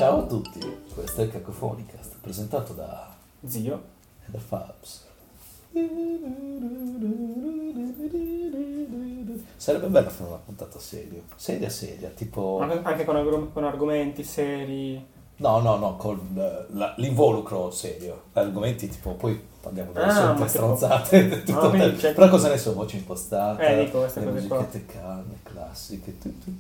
Ciao a tutti, questo è il Cacofonicast, presentato da Zio e da Fabs. Sarebbe bello fare una puntata seria, tipo... anche con argomenti seri. No, con l'involucro serio, argomenti tipo, poi parliamo delle solite ma stronzate, no, quindi c'è- però cosa ne so, voce impostata, dico queste le cose qua. musichette calme, classiche,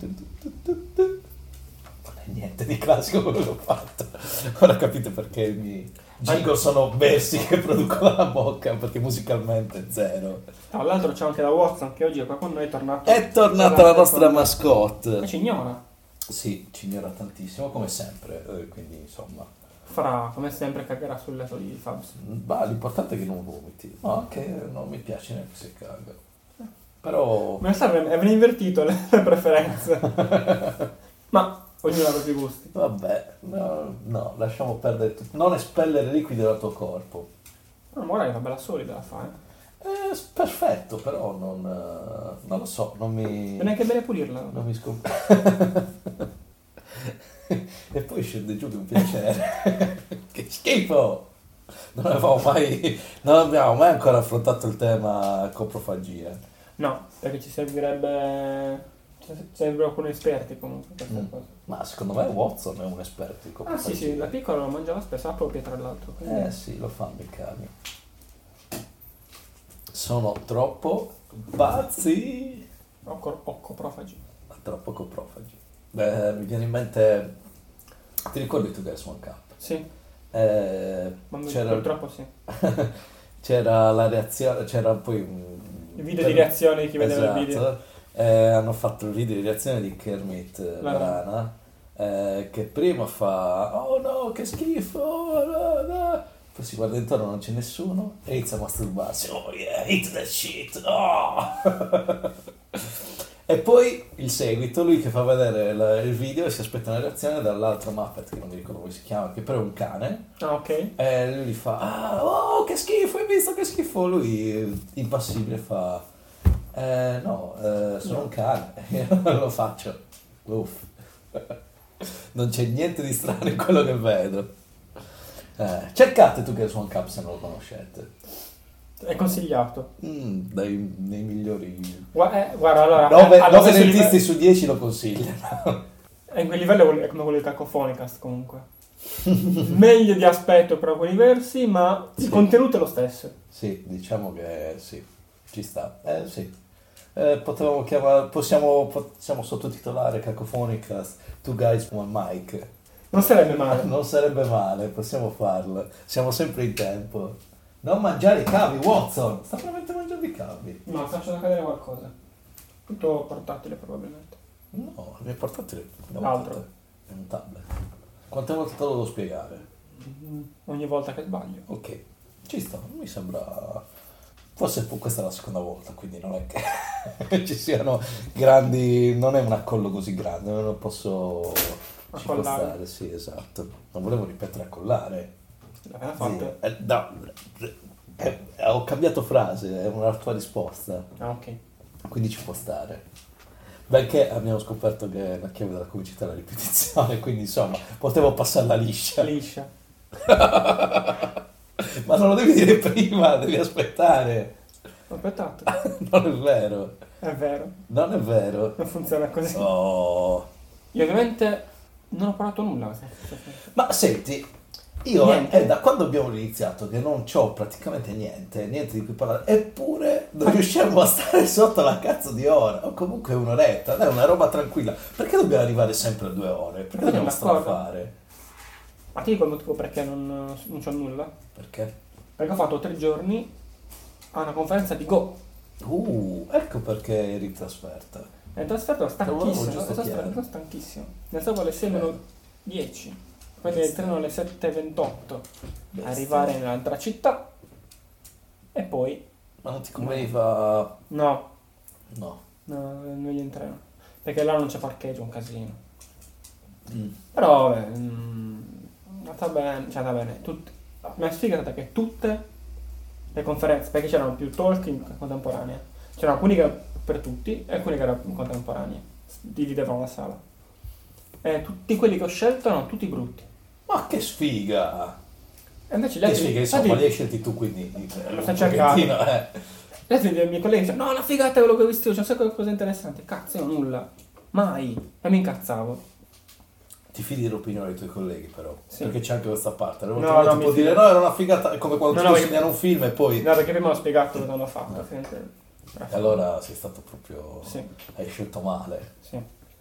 non è niente di classico quello che ho fatto, ora capite perché i miei jingle sono versi che produco dalla bocca, perché musicalmente zero. Tra l'altro c'è anche da Watson che oggi è qua con noi, è tornato. È tornata la nostra mascotte. Ma ci ignora. Sì, ci ignora tantissimo, come sempre, quindi insomma... Farà, come sempre, cagherà sul letto di Fabs. Ma l'importante è che non vomiti. No, anche non mi piace neanche se caga. Però... Ma avrei invertito le preferenze. Ma ognuno ha i propri gusti. Vabbè, no, lasciamo perdere tutto. Non espellere liquidi dal tuo corpo. Ma magari è una bella solida da fare. Perfetto, però non lo so, non mi... Non è neanche bene pulirla. Non mi scop... E poi scende giù di un piacere. Che schifo! Non abbiamo mai ancora affrontato il tema coprofagia. No, perché ci servirebbero alcuni esperti comunque per queste cose. Ma secondo me Watson è un esperto di Ah coprofagia. sì, da piccolo lo mangiava spesso, a proprio tra l'altro. Quindi... Sì, lo fanno i cani. Sono troppo pazzi. Coprofagi. Troppo coprofagi. Beh, mi viene in mente... Ti ricordi tu Guys One Cup? Sì, ma C'era... purtroppo sì. C'era la reazione, c'era poi Il video di reazione di chi vedeva il video. Hanno fatto il video di reazione di Kermit La Rana, che prima fa oh no che schifo, oh, no. Poi si guarda intorno, non c'è nessuno e inizia a masturbarsi, oh yeah, eat that shit, oh! E poi il seguito, lui che fa vedere il video e si aspetta una reazione dall'altro Muppet, che non mi ricordo come si chiama, che però è un cane. Ah, ok. E lui gli fa, oh che schifo, hai visto che schifo? Lui, impassibile, fa, no, sono No. un cane, io non lo faccio. Uff. Non c'è niente di strano in quello che vedo. Cercate tu che Swan Cup se non lo conoscete. È consigliato. Nei migliori... Guarda, allora... 9 dentisti su 10 lo consigliano. In quel livello è come quello del Cacofonicast comunque. Meglio di aspetto per alcuni versi, ma il contenuto è lo stesso. Sì, diciamo che sì, ci sta. Sì. Potevamo chiamare, possiamo sottotitolare Cacofonicast Two Guys One Mic. Non sarebbe male. Non sarebbe male, possiamo farlo. Siamo sempre in tempo. Non mangiare i cavi, Watson! Sta veramente mangiando i cavi. No, faccio cadere qualcosa. Tutto portatile probabilmente. No, il mio portatile Altro. è un tablet. Quante volte te lo devo spiegare? Ogni volta che sbaglio. Ok, ci sta, mi sembra... Forse questa è la seconda volta, quindi non è che ci siano grandi... Non è un accollo così grande, non lo posso... Ci può Accollare. stare, sì, esatto. Non volevo ripetere accollare. L'aveva fatto. Ho cambiato frase, è una tua risposta, Ah, ok. quindi ci può stare. Benché abbiamo scoperto che la chiave della comicità è la ripetizione, quindi insomma, potevo passarla liscia. Liscia. Ma non lo devi dire prima, devi aspettare. Ho aspettato. Non è vero. È vero. Non è vero. Non funziona così. Oh. Io ovviamente non ho parlato nulla. Ma senti, io Niente. è da quando abbiamo iniziato che non c'ho praticamente niente di cui parlare, eppure non riusciamo a stare sotto la cazzo di ora, o comunque un'oretta, dai, una roba tranquilla. Perché dobbiamo arrivare sempre a 2 ore? Perché dobbiamo D'accordo. strafare? Ma ti dico il motivo perché non c'ho nulla? Perché? Perché ho fatto 3 giorni a una conferenza di Go. Ecco perché eri trasferta. È trasferto volevo stanchissimo. giusto chiaro. È stanchissimo. Ne stavo alle 6:10. Poi del treno alle 7:28. Arrivare nell'altra città. E poi... Ma non ti conveniva... No, No. non meglio in treno. Perché là non c'è parcheggio, un casino. Però vabbè, andata bene, cioè andata bene. Mi ha spiegato che tutte le conferenze, perché c'erano più talk in contemporanea, c'erano alcuni che erano per tutti e alcuni che erano in contemporanea, dividevano la sala. tutti quelli che ho scelto erano tutti brutti. Ma che sfiga! E invece gli Che altri... sfiga, insomma, li hai scelti tu, quindi... Lo stai cercando. Eh. Gli altri dei miei colleghi dicevano, no, una figata quello che ho visto, c'è un sacco di cose interessanti. Cazzo, io nulla. Mai. E mi incazzavo. Ti fidi dell'opinione dei tuoi colleghi, però. Sì. Perché c'è anche questa parte. Allora, No, no, ti mi può fido. dire, no, era una figata, è come quando No, ti no, insegnano un film e poi... No, perché prima ho spiegato cosa hanno fatto. E allora sei stato proprio... Sì. Hai scelto male. Sì.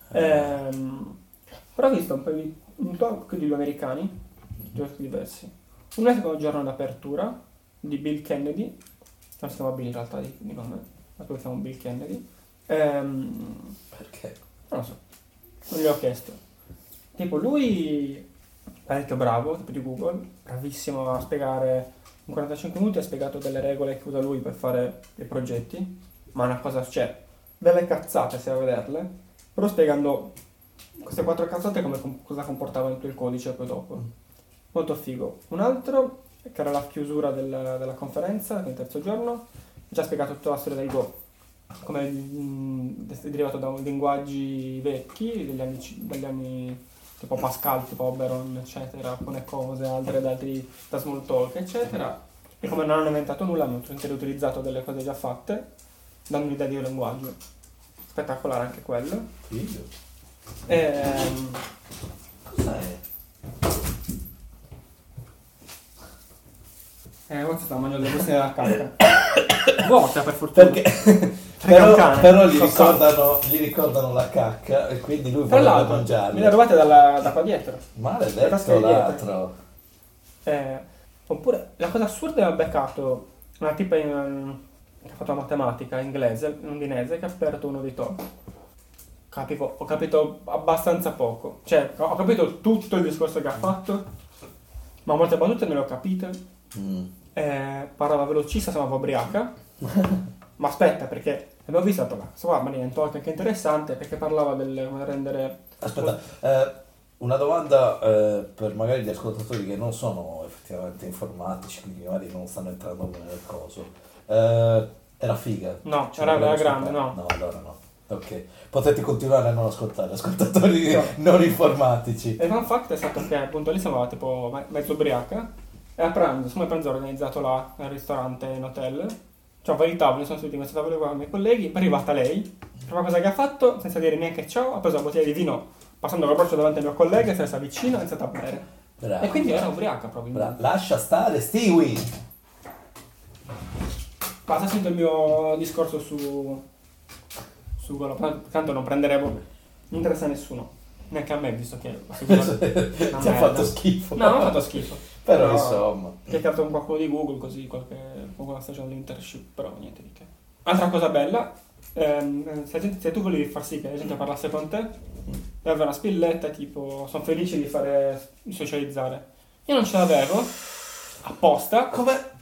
Però ho visto un po' di due americani, due diversi. Uno è il secondo giorno d'apertura di Bill Kennedy, non si chiama Bill in realtà di nome, ma poi si chiama Bill Kennedy. Perché? Non lo so, non gli ho chiesto. Tipo lui, parecchio bravo, tipo di Google, bravissimo a spiegare, in 45 minuti ha spiegato delle regole che usa lui per fare i progetti, ma una cosa, cioè, delle cazzate se a vederle, però spiegando queste 4 cazzate come cosa comportava tutto il codice poi dopo. Molto figo. Un altro, che era la chiusura della conferenza, il terzo giorno, ci ha spiegato tutta la storia del Go, come è derivato da linguaggi vecchi, degli anni tipo Pascal, tipo Oberon, eccetera, alcune cose, altre da Smalltalk, eccetera, e come non hanno inventato nulla, hanno riutilizzato delle cose già fatte, dando un'idea di linguaggio. Spettacolare anche quello. Figlio. Cos'è? Questo sta mangiando le buste della cacca. Vuota per fortuna. Perché? Perché è un cane. Però gli ricordano la cacca e quindi lui Tra vuole l'altro, mangiarli. me le rubate da qua dietro. Maledetto l'altro. Oppure la cosa assurda è ho beccato una tipa che ha fatto la matematica inglese, londinese, che ha aperto un editor. Ho capito abbastanza poco. Cioè, ho capito tutto il discorso che ha fatto, ma molte battute non le ho capite. Parlava velocissima, sembrava ubriaca. Ma aspetta, perché abbiamo visto guarda, è un talk anche interessante perché parlava del come rendere... Aspetta, una domanda per magari gli ascoltatori che non sono effettivamente informatici, quindi magari non stanno entrando nel coso. Era figa? No, era grande, no. No, allora no. Ok, potete continuare a non ascoltare, ascoltatori non informatici. E il fun fact è stato che appunto lì sembrava tipo mezzo ubriaca e a pranzo, siccome il pranzo era organizzato là nel ristorante in hotel, cioè vari tavoli, sono seduti in questo tavolo con i miei colleghi, poi è arrivata lei, la prima cosa che ha fatto, senza dire neanche ciao, ha preso una bottiglia di vino, passando col braccio davanti al mio collega, si è messa vicino e ha iniziato a bere. Bravo. E quindi era ubriaca probabilmente. Lascia stare Stewie! Basta, sento il mio discorso su quello, tanto non prenderemo, non interessa a nessuno, neanche a me, visto che Ti ha fatto schifo. No, non ha fatto schifo. Però insomma. Ho chiacchierato con qualcuno di Google, così qualcuno sta facendo l'internship, però niente di che. Altra cosa bella, se tu volevi far sì che la gente parlasse con te, devi avere una spilletta, tipo, sono felice di socializzare. Io non ce l'avevo, apposta.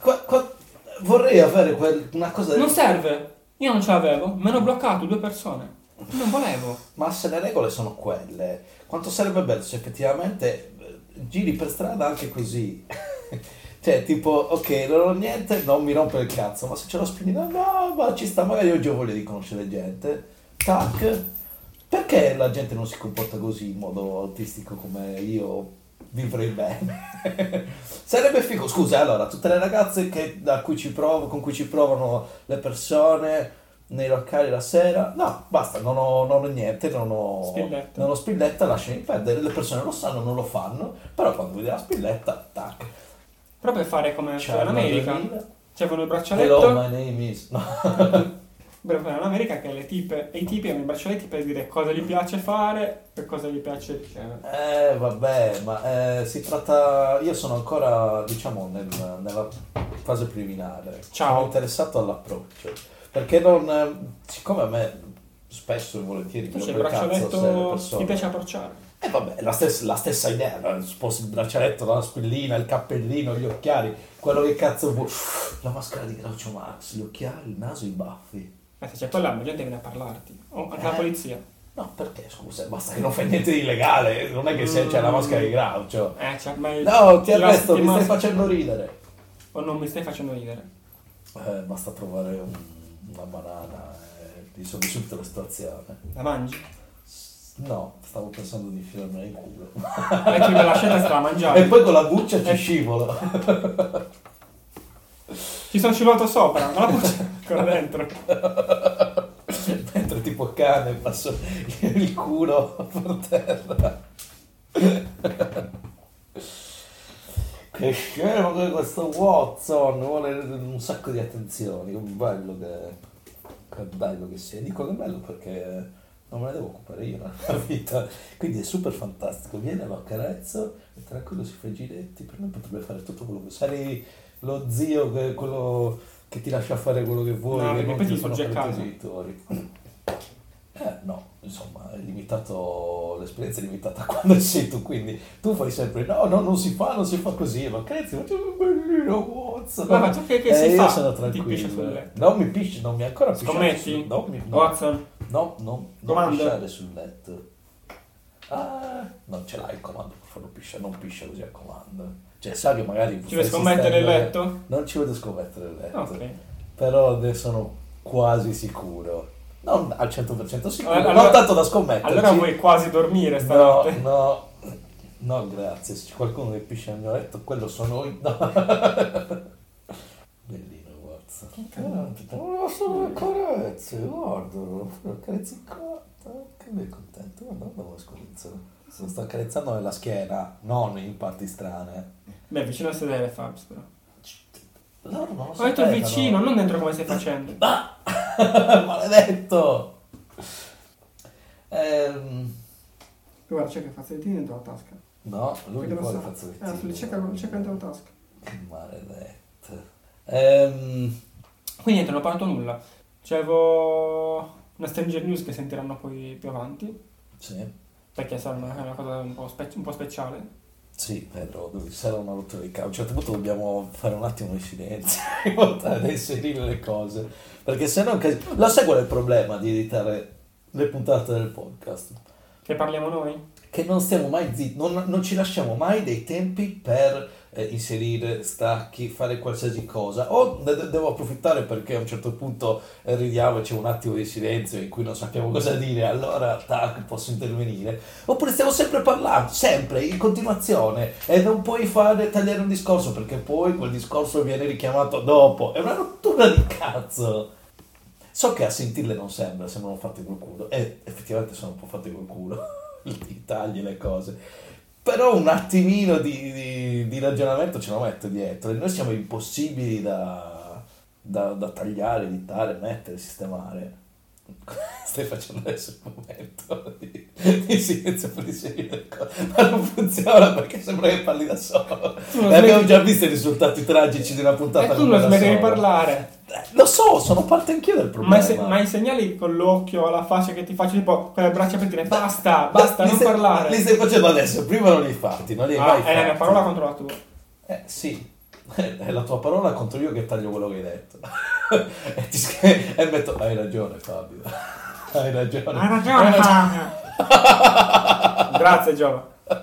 Vorrei avere una cosa... Non serve, io non ce l'avevo, mi hanno bloccato 2 persone. Non volevo. Ma se le regole sono quelle, quanto sarebbe bello se effettivamente giri per strada anche così. Cioè, tipo, ok, non ho niente, non mi rompe il cazzo, ma se c'è lo spinino, no, ma ci sta, magari oggi ho voglia di conoscere gente. Tac. Perché la gente non si comporta così in modo autistico come io vivrei bene? Sarebbe figo. Scusa, allora, tutte le ragazze con cui ci provano le persone nei locali la sera, no, basta, non ho niente, non ho spilletta, lasciami perdere, le persone lo sanno, non lo fanno, però quando vedi la spilletta, tac. Proprio fare come in America, c'avevano il Hello, braccialetto. my name is... No. In America che le tipe e i tipi hanno i braccialetti per dire cosa gli piace fare e cosa gli piace ricevere. Vabbè, ma si tratta... Io sono ancora, diciamo, nella fase preliminare. Ciao. Sono interessato all'approccio. Perché non... Siccome a me spesso e volentieri mi Invece il rompe il cazzo se le braccialetto persone... ti piace approcciare. Vabbè, la stessa idea, no? Sposi il braccialetto, la spillina, il cappellino, gli occhiali, quello che cazzo vuoi. La maschera di Groucho Marx, gli occhiali, il naso, i baffi. Se c'è quella, la gente viene a parlarti. O anche la polizia. No, perché, scusa, basta che non fai niente di illegale, non è che se c'è la maschera di Groucho. No, ti arresto, mi stai facendo ridere. O non mi stai facendo ridere? Basta trovare una banana e risolvi subito la situazione. La mangi? No, stavo pensando di filarmela in culo. E chi me l'ha scelta se la mangiare. E poi con la buccia ci scivolo. Ci sono scivolato sopra, ma la buccia ancora dentro. Mentre tipo cane passo il culo per terra. Che scemo che è questo Watson, vuole un sacco di attenzioni, che bello che sia. Dico che è bello perché non me ne devo occupare io nella vita, quindi è super fantastico. Viene, lo accarezzo e tranquillo si fa i giretti. Per me potrebbe fare tutto quello che sarei lo zio, quello che ti lascia fare quello che vuoi, No, che perché non poi ti ti fanno sfugge a fare i tuoi casa. genitori. No, insomma, è limitato, l'esperienza è limitata a quando sei tu, quindi tu fai sempre no, non si fa così, ma cazzo, ma c'è un bellino Watson. Ma tu che si io fa? sono Ti piscia sul tranquillo. letto. Non mi pisci, non mi ha ancora pisciato. Scommetti? No, Watson? non Comando? pisciare sul letto. Ah, non ce l'hai il comando per farlo pisciare, non piscia così a comando. Cioè, sai che magari Ci vuoi scommettere il letto? Non ci voglio scommettere il letto. Ok. Però ne sono quasi sicuro. Non al 100% sicuro, Allora- non tanto da scommetterci. Allora vuoi quasi dormire stanotte? No, grazie. Se c'è qualcuno che piscia nel mio letto, quello sono io. No. Bellino, Watson. Non sono le carezze, guardalo. Carezze in cotta. Che lui è contento. Guarda come scorizzo. Se lo sto accarezzando nella schiena, non in parti strane. Beh, vicino al sedere Fabs però. Loro non lo Ho detto sapevano. vicino, non dentro come stai facendo. Maledetto! Guarda, c'è che fazzolettini dentro la tasca. No, lui Perché non lo vuole sa. fazzolettini. Cerca dentro la tasca. Che maledetto. Quindi niente, non ho parlato nulla. C'avevo una Stranger News che sentiranno poi più avanti. Sì, Perché sarà una cosa un po' speciale. sì, Pedro, sarà una rottura di cavolo. A un certo punto dobbiamo fare un attimo di silenzio in modo da inserire le cose. Perché se no... Lo sai qual è il problema di editare le puntate del podcast? Che parliamo noi? Che non stiamo mai zitti, non ci lasciamo mai dei tempi per inserire stacchi, fare qualsiasi cosa. O devo approfittare perché a un certo punto ridiamo e c'è un attimo di silenzio in cui non sappiamo cosa dire, allora tac, posso intervenire. Oppure stiamo sempre parlando, sempre, in continuazione, e non puoi tagliare un discorso perché poi quel discorso viene richiamato dopo. È una rottura di cazzo. So che a sentirle non sembrano fatte col culo, e effettivamente sono un po' fatte col culo, i tagli, le cose, però un attimino di ragionamento ce lo metto dietro, e noi siamo impossibili da tagliare, editare, mettere, sistemare. Stai facendo adesso un momento di silenzio per inserire le cose, ma non funziona perché sembra che parli da solo. E abbiamo già visto i risultati tragici di una puntata. E tu non smetti di parlare. Lo so, sono parte anch'io del problema. Ma i segnali con l'occhio, alla faccia che ti faccio, tipo con le braccia per dire basta, non parlare. Li stai facendo adesso, prima non li hai fatti, non li hai mai fatti. È la mia parola contro la tua. Sì, è la tua parola contro io che taglio quello che hai detto. E metto, hai ragione Fabio, hai ragione. Hai ragione Fabio. Grazie Giova.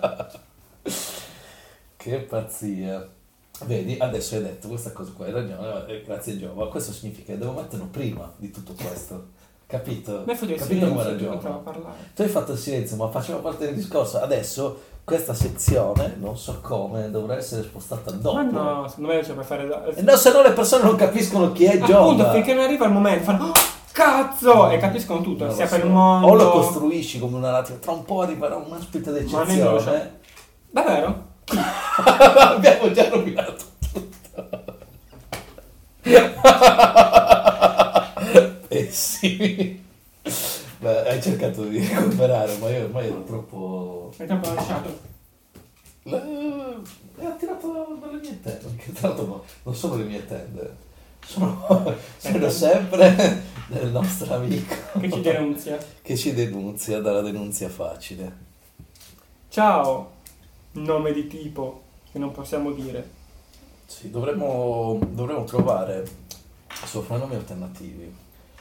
Che pazzia. Vedi, adesso hai detto questa cosa qua, hai ragione, grazie Giova. Questo significa che devo metterlo prima di tutto questo. Capito? Capito come ragione? Tu hai fatto il silenzio, ma faceva parte del discorso. Adesso questa sezione, non so come, dovrà essere spostata dopo. Ma no, secondo me c'è per fare. No, se no le persone non capiscono chi è Giova. Appunto, finché non arriva il momento, fanno cazzo! E capiscono tutto, sia per il mondo. O lo costruisci come una narrativa, tra un po' arriverà un ospite d'eccezione. Davvero? Abbiamo già rovinato tutto. Sì. Beh, hai cercato di recuperare, ma io ormai ero troppo... Hai troppo lasciato? Ha tirato dalle mie tende, perché tra l'altro non sono le mie tende, sono sempre del nostro amico che ci denunzia. Che ci denunzia dalla denunzia facile. Ciao, nome di tipo che non possiamo dire. Sì, dovremmo trovare soprannomi alternativi.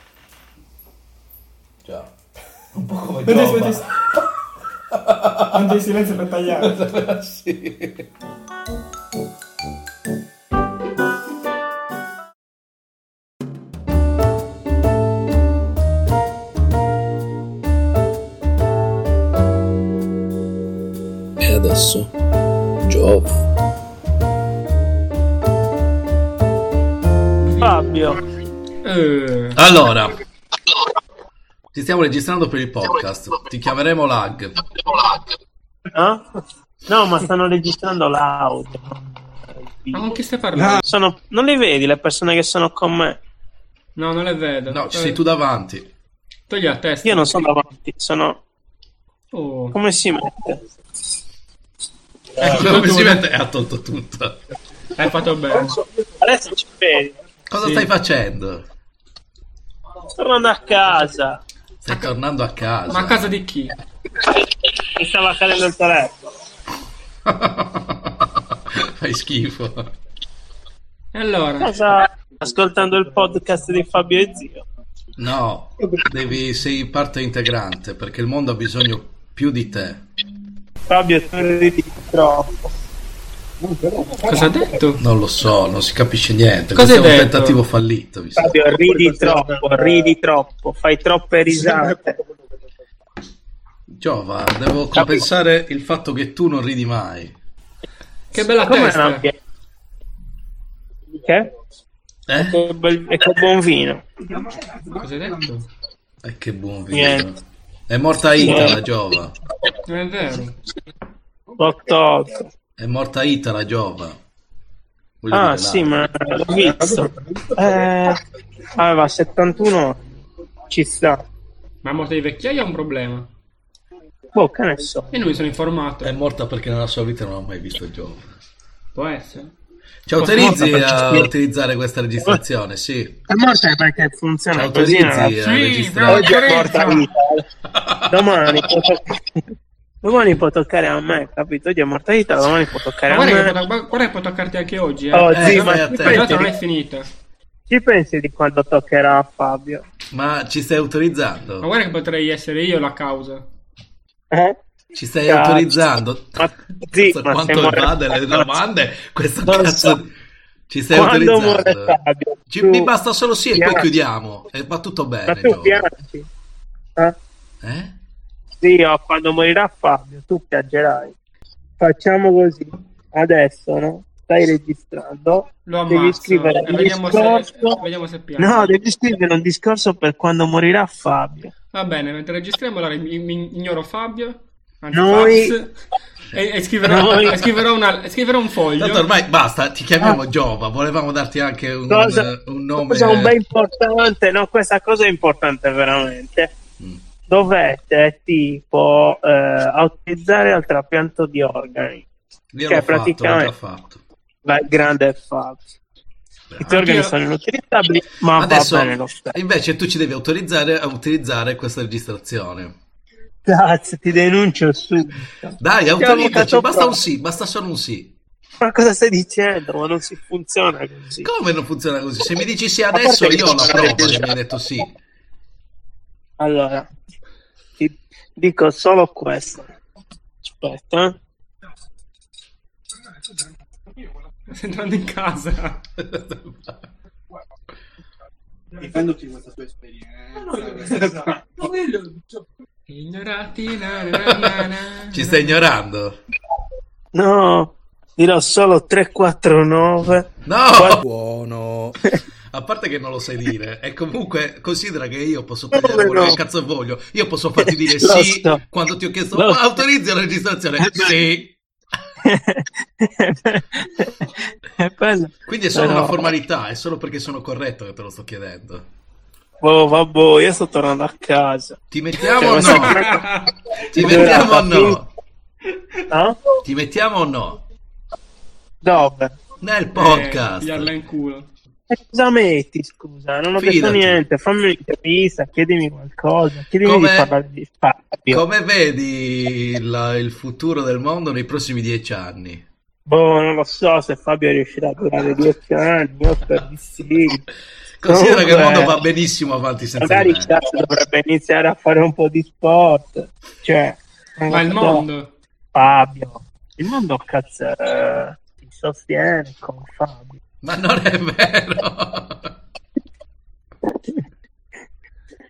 Già, un po' come Giova. Non dei silenzio per tagliare. Sì. adesso Giova. Fabio. Allora, ti stiamo registrando per il podcast. Ti chiameremo Lag. No, ma stanno registrando l'audio. Ma con chi stai parlando? Non li vedi le persone che sono con me? No, non le vedo. No, ci sei tu davanti. Togli la testa. Io non sono davanti, sono... Oh. Come si mette? Come si mette? Ha tolto tutto. Hai fatto bene. Adesso ci vedi. Cosa Sì. stai facendo? Sto tornando a casa. Stai tornando a casa. Ma a casa di chi? Mi stava cadendo il telefono. Fai schifo. E allora? Casa, ascoltando il podcast di Fabio e Zio. No, sei parte integrante perché il mondo ha bisogno più di te. Fabio, tu ridi troppo. Cosa ha detto? Non lo so, non si capisce niente. Cosa Questo è hai un detto? tentativo fallito. Mi sa. Fabio, ridi troppo, fai troppe risate. Giova, devo compensare il fatto che tu non ridi mai. Che bella Come testa. non piace? Che? Eh? E che buon vino. Cosa hai detto? Che buon vino. Niente. È morta Ita la Giova. Non è vero. L'ho tolto. È morta Ita la Giova. Voglio Ah dire, sì, là. ma l'ho visto. Aveva 71, ci sta. Ma morte di vecchiaia è un problema. Boh, che ne so. E non mi sono informato. È morta perché nella sua vita non ha mai visto Giova. Può essere. Ci autorizzi morta a perché- utilizzare questa registrazione? Sì. È morta perché Ci funziona così. autorizzi a Sì, registrare? Oggi è morta vita. Domani può toccare a me, capito? Oggi è morta vita, domani può toccare Ma a guarda me. guarda che può toccarti anche oggi. Oh, sì, no, ma no, a te. la giornata non è finita. Ci pensi di quando toccherà a Fabio? Ma ci stai Ma autorizzando? guarda che potrei essere io la causa. Ci stai Cazzo. autorizzando? Ma sì, Cazzo, ma quanto se muore evade le Fabio- domande questo Non cazzo so. di- Ci stai Quando autorizzando? muore Fabio, tu Mi basta solo sì e poi piangi. chiudiamo e va tutto Ma bene, tu Giova. piangi? Eh? Sì, quando morirà Fabio, tu piangerai. Facciamo così. Adesso, no? Stai registrando. Lo Devi ammazzo. scrivere E un vediamo discorso. se piange. No, devi scrivere un discorso per quando morirà Fabio. Va bene, mentre registriamo allora mi ignoro Fabio. Anzi, Noi- Fabs, e scriverò, Noi- scriverò un foglio. Tanto ormai basta, ti chiamiamo Giova, volevamo darti anche un nome. Cosa un bel importante, no? Questa cosa è importante veramente. Mm. Dovete tipo autorizzare al trapianto di organi. Io Che l'ho fatto, l'ho praticamente- già fatto. La grande Fabio. I tuoi organi Anch'io- sono inutilizzabili, ma Adesso va bene lo stesso. invece tu ci devi autorizzare a utilizzare questa registrazione. Cazzo, ti denuncio subito. Dai, Ti ho autorizzaci, avvocato basta pro. un sì, basta solo un sì. Ma cosa stai dicendo? Ma non si funziona così. Come non funziona così? Se mi dici sì parte adesso che io ho la sono prova che registrato. mi hai detto sì. Allora, ti dico solo questo. Aspetta. Stai entrando in casa. Difendoti questa tua esperienza. Ignorati, na, na, na, na. Ci stai ignorando? No, dirò solo 349. No! Buono. A parte che non lo sai dire, e comunque considera che io posso tagliare Come quello no? che cazzo voglio. Io posso farti dire Lo sì so. quando ti ho chiesto Lo so. autorizzi la registrazione. Sì. È bello. Quindi è solo Però- una formalità, è solo perché sono corretto che te lo sto chiedendo. Oh, vabbè, io sto tornando a casa. Ti mettiamo o Cioè, no? Ti Dove mettiamo o era? no? No? Ti mettiamo o no? Dove? Nel podcast. Pigliarla in culo. E cosa metti, scusa? Non ho detto Fidati. niente. Fammi un'intervista, chiedimi qualcosa. Chiedimi Come- di parlare di Fabio. Come vedi il futuro del mondo nei prossimi 10 anni? Boh, non lo so se Fabio riuscirà a durare 10 anni. Io spero di sì. Considera che il Comunque, mondo va benissimo avanti senza magari di me. cazzo dovrebbe iniziare a fare un po' di sport. Cioè, non Ma il lo so. mondo. Fabio. Il mondo cazzo ti sostiene con Fabio. Ma non è vero.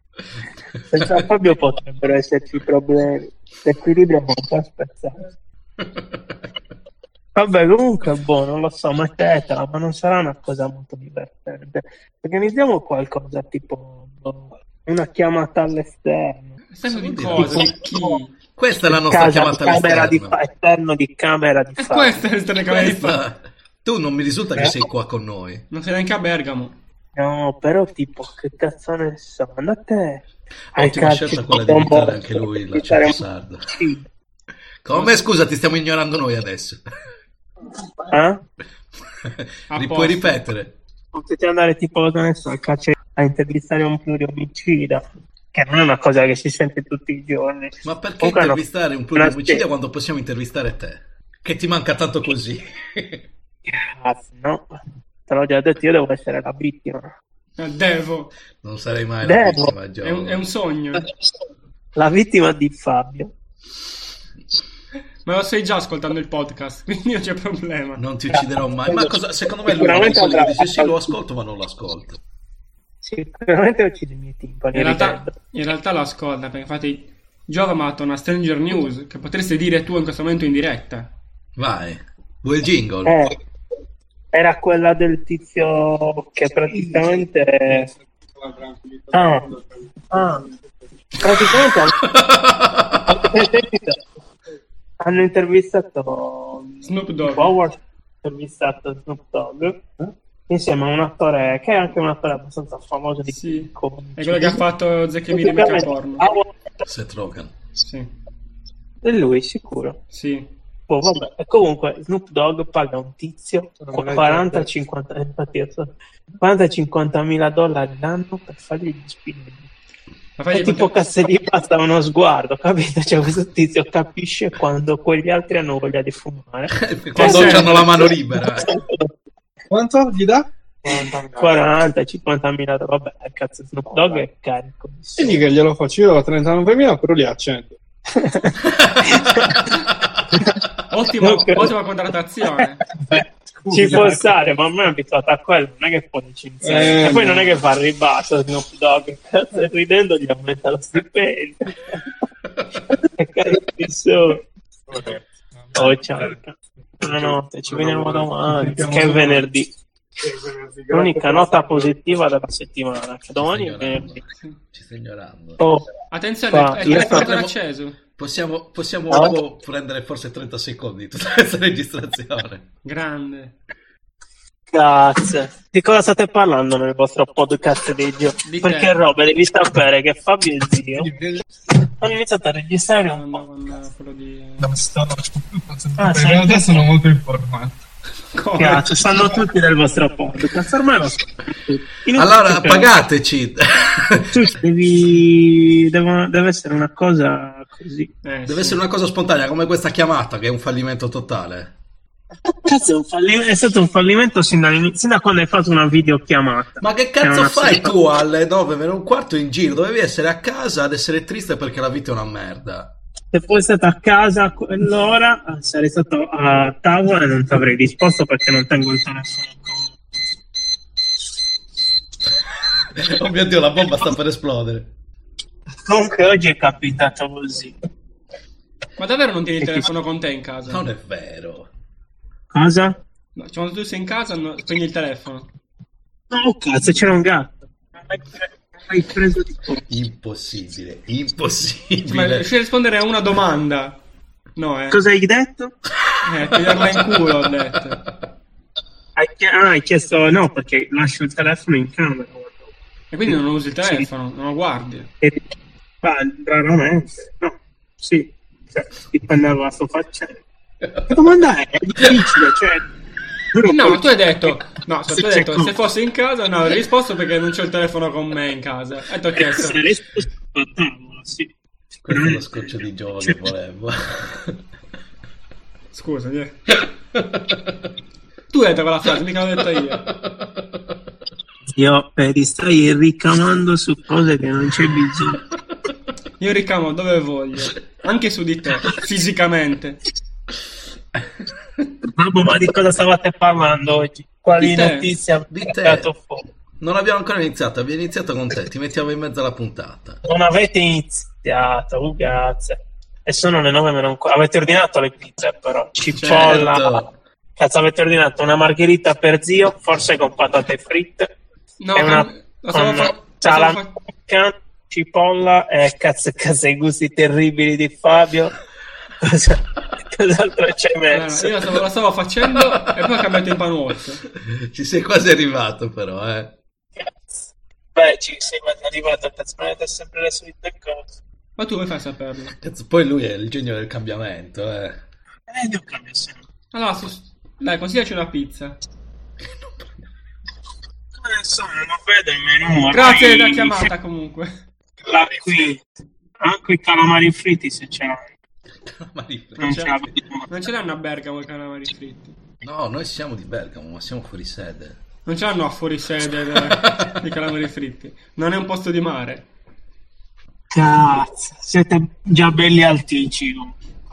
Senza Fabio potrebbero esserci problemi. L'equilibrio è un po' spezzato. Vabbè, comunque, non lo so, mettetela, ma non sarà una cosa molto divertente. Organizziamo qualcosa tipo una chiamata all'esterno. Sempre di cosa? Di chi? Questa è la nostra chiamata all'esterno. Esterno di camera di Fabio. Questa è l'esterno di camera di Fabio. Tu non mi risulta che sei qua con noi. Non sei neanche a Bergamo. No, però tipo, che cazzo ne so, andate... Ottima scelta quella di invitare anche lui, l'accento sardo. Sì. Come, scusa, ti stiamo ignorando noi adesso. Li puoi ripetere? Potete andare tipo, non so, al carcere a intervistare un pluriomicida, che non è una cosa che si sente tutti i giorni. Ma perché intervistare un pluriomicida quando possiamo intervistare te? Che ti manca tanto così? No, te l'ho già detto, io devo essere la vittima. Devo. Non sarei mai la vittima, Gio. È un sogno. La vittima di Fabio. Ma lo stai già ascoltando il podcast, quindi non c'è problema. Non ti ucciderò mai. Ma cosa, secondo me lui è quello che dice sì, lo ascolto, ma non lo ascolto. Sicuramente uccide i miei timpani. In realtà lo ascolta, perché infatti Giova mi ha fatto una Stranger News che potresti dire tu in questo momento in diretta. Vai, vuoi il jingle? Era quella del tizio che praticamente... praticamente hanno intervistato Snoop Dogg. Howard, intervistato Snoop Dogg insieme a un attore che è anche un attore abbastanza famoso di sì. comici. È quello che ha fatto Zack e Miri Mica Porno. Seth Rogen. Sì. E lui sicuro. Sì. Vabbè. E comunque Snoop Dogg paga un tizio 40-50 dollari l'anno per fargli gli spinelli. È tipo che se gli basta uno sguardo, capito? Cioè questo tizio capisce quando quegli altri hanno voglia di fumare. Quando hanno la mano libera. Quanto gli dà? 40-50 mila dollari. Vabbè, cazzo, Snoop Dogg è carico. Quindi che glielo faccio io a 39.000, però li accendo. Ottima contrattazione. Ci può stare, ma a me è abituato a quello, non è che poi ci insegna. E poi non è che fa il ribasso Snoop Dogg, ridendo gli aumenta lo stipendio. Che cazzo. Oh, ciao. Buonanotte, ci vediamo domani, che è venerdì. L'unica nota positiva della settimana, che domani è venerdì. Ci stai ignorando. Attenzione, il telefono è acceso. Possiamo un po' prendere forse 30 secondi di tutta questa registrazione. Grande. Grazie. Di cosa state parlando nel vostro podcast di giochi? Perché Robe, devi sapere che Fabio e zio hanno iniziato a registrare un po'. Quello di... In realtà sono molto informato. Cazzo, sanno tutti del vostro podcast. Ormai lo so. Allora pagateci. Deve essere una cosa così. Deve essere una cosa spontanea, come questa chiamata che è un fallimento totale. Cazzo, è stato un fallimento sin da quando hai fatto una videochiamata. Ma che cazzo fai tu alle 9:15 in giro? Dovevi essere a casa ad essere triste perché la vita è una merda. Se fossi stato a casa a quell'ora sarei stato a tavola e non ti avrei risposto perché non tengo il telefono. Oh mio Dio, la bomba sta per esplodere. Comunque oggi è capitato così. Ma davvero non tieni il telefono con te in casa? Non è vero. Cosa? No, cioè, quando tu sei in casa spegni il telefono. No, cazzo, c'era un gatto. Hai preso di tutto. Impossibile. Ma riesci a rispondere a una domanda? No, Cosa hai detto? Tagliarla in culo, ho detto. Hai chiesto no, perché lascio il telefono in camera. E quindi non usi il telefono, non lo guardi? Raramente. No, sì. Cioè, dipende dalla sua faccia. Che domanda è? È difficile, cioè... No, tu hai detto, se fossi in casa non avrei risposto perché non c'ho il telefono con me in casa. E ti ho chiesto. Sì. Questo è lo scotch di Giova che volevo. Scusa, tu hai detto quella frase, mica l'ho detta io. Io stai ricamando su cose che non c'è bisogno. Io ricamo dove voglio, anche su di te, fisicamente. Ma di cosa stavate parlando oggi? Quali notizie avete dato fuori? Non abbiamo ancora iniziato, abbiamo iniziato con te, ti mettiamo in mezzo alla puntata. Non avete iniziato, grazie. E sono le 9 meno un quarto. Avete ordinato le pizze, però. Cipolla. Certo. Cazzo, avete ordinato una margherita per zio, forse con patate fritte. No, e una la stavo con salame, cipolla e cazzo i gusti terribili di Fabio. Cos'altro c'hai messo? Io la stavo facendo e poi ho cambiato in panuozzo. Ci sei quasi arrivato, però, Cazzo. Beh, ci sei quasi arrivato, cazzo, ma avete sempre le solite cose. Ma tu come fai a saperlo? Cazzo, poi lui è il genio del cambiamento, Io cambio sempre. Allora, dai, consigliaci una pizza. Non vedo il menù. Grazie della chiamata, comunque. La qui. Anche i calamari fritti, se ce l'hai. Non ce l'hanno a Bergamo i calamari fritti. No, noi siamo di Bergamo, ma siamo fuori sede. Non ce l'hanno a fuori sede i calamari fritti. Non è un posto di mare. Cazzo, siete già belli alticci.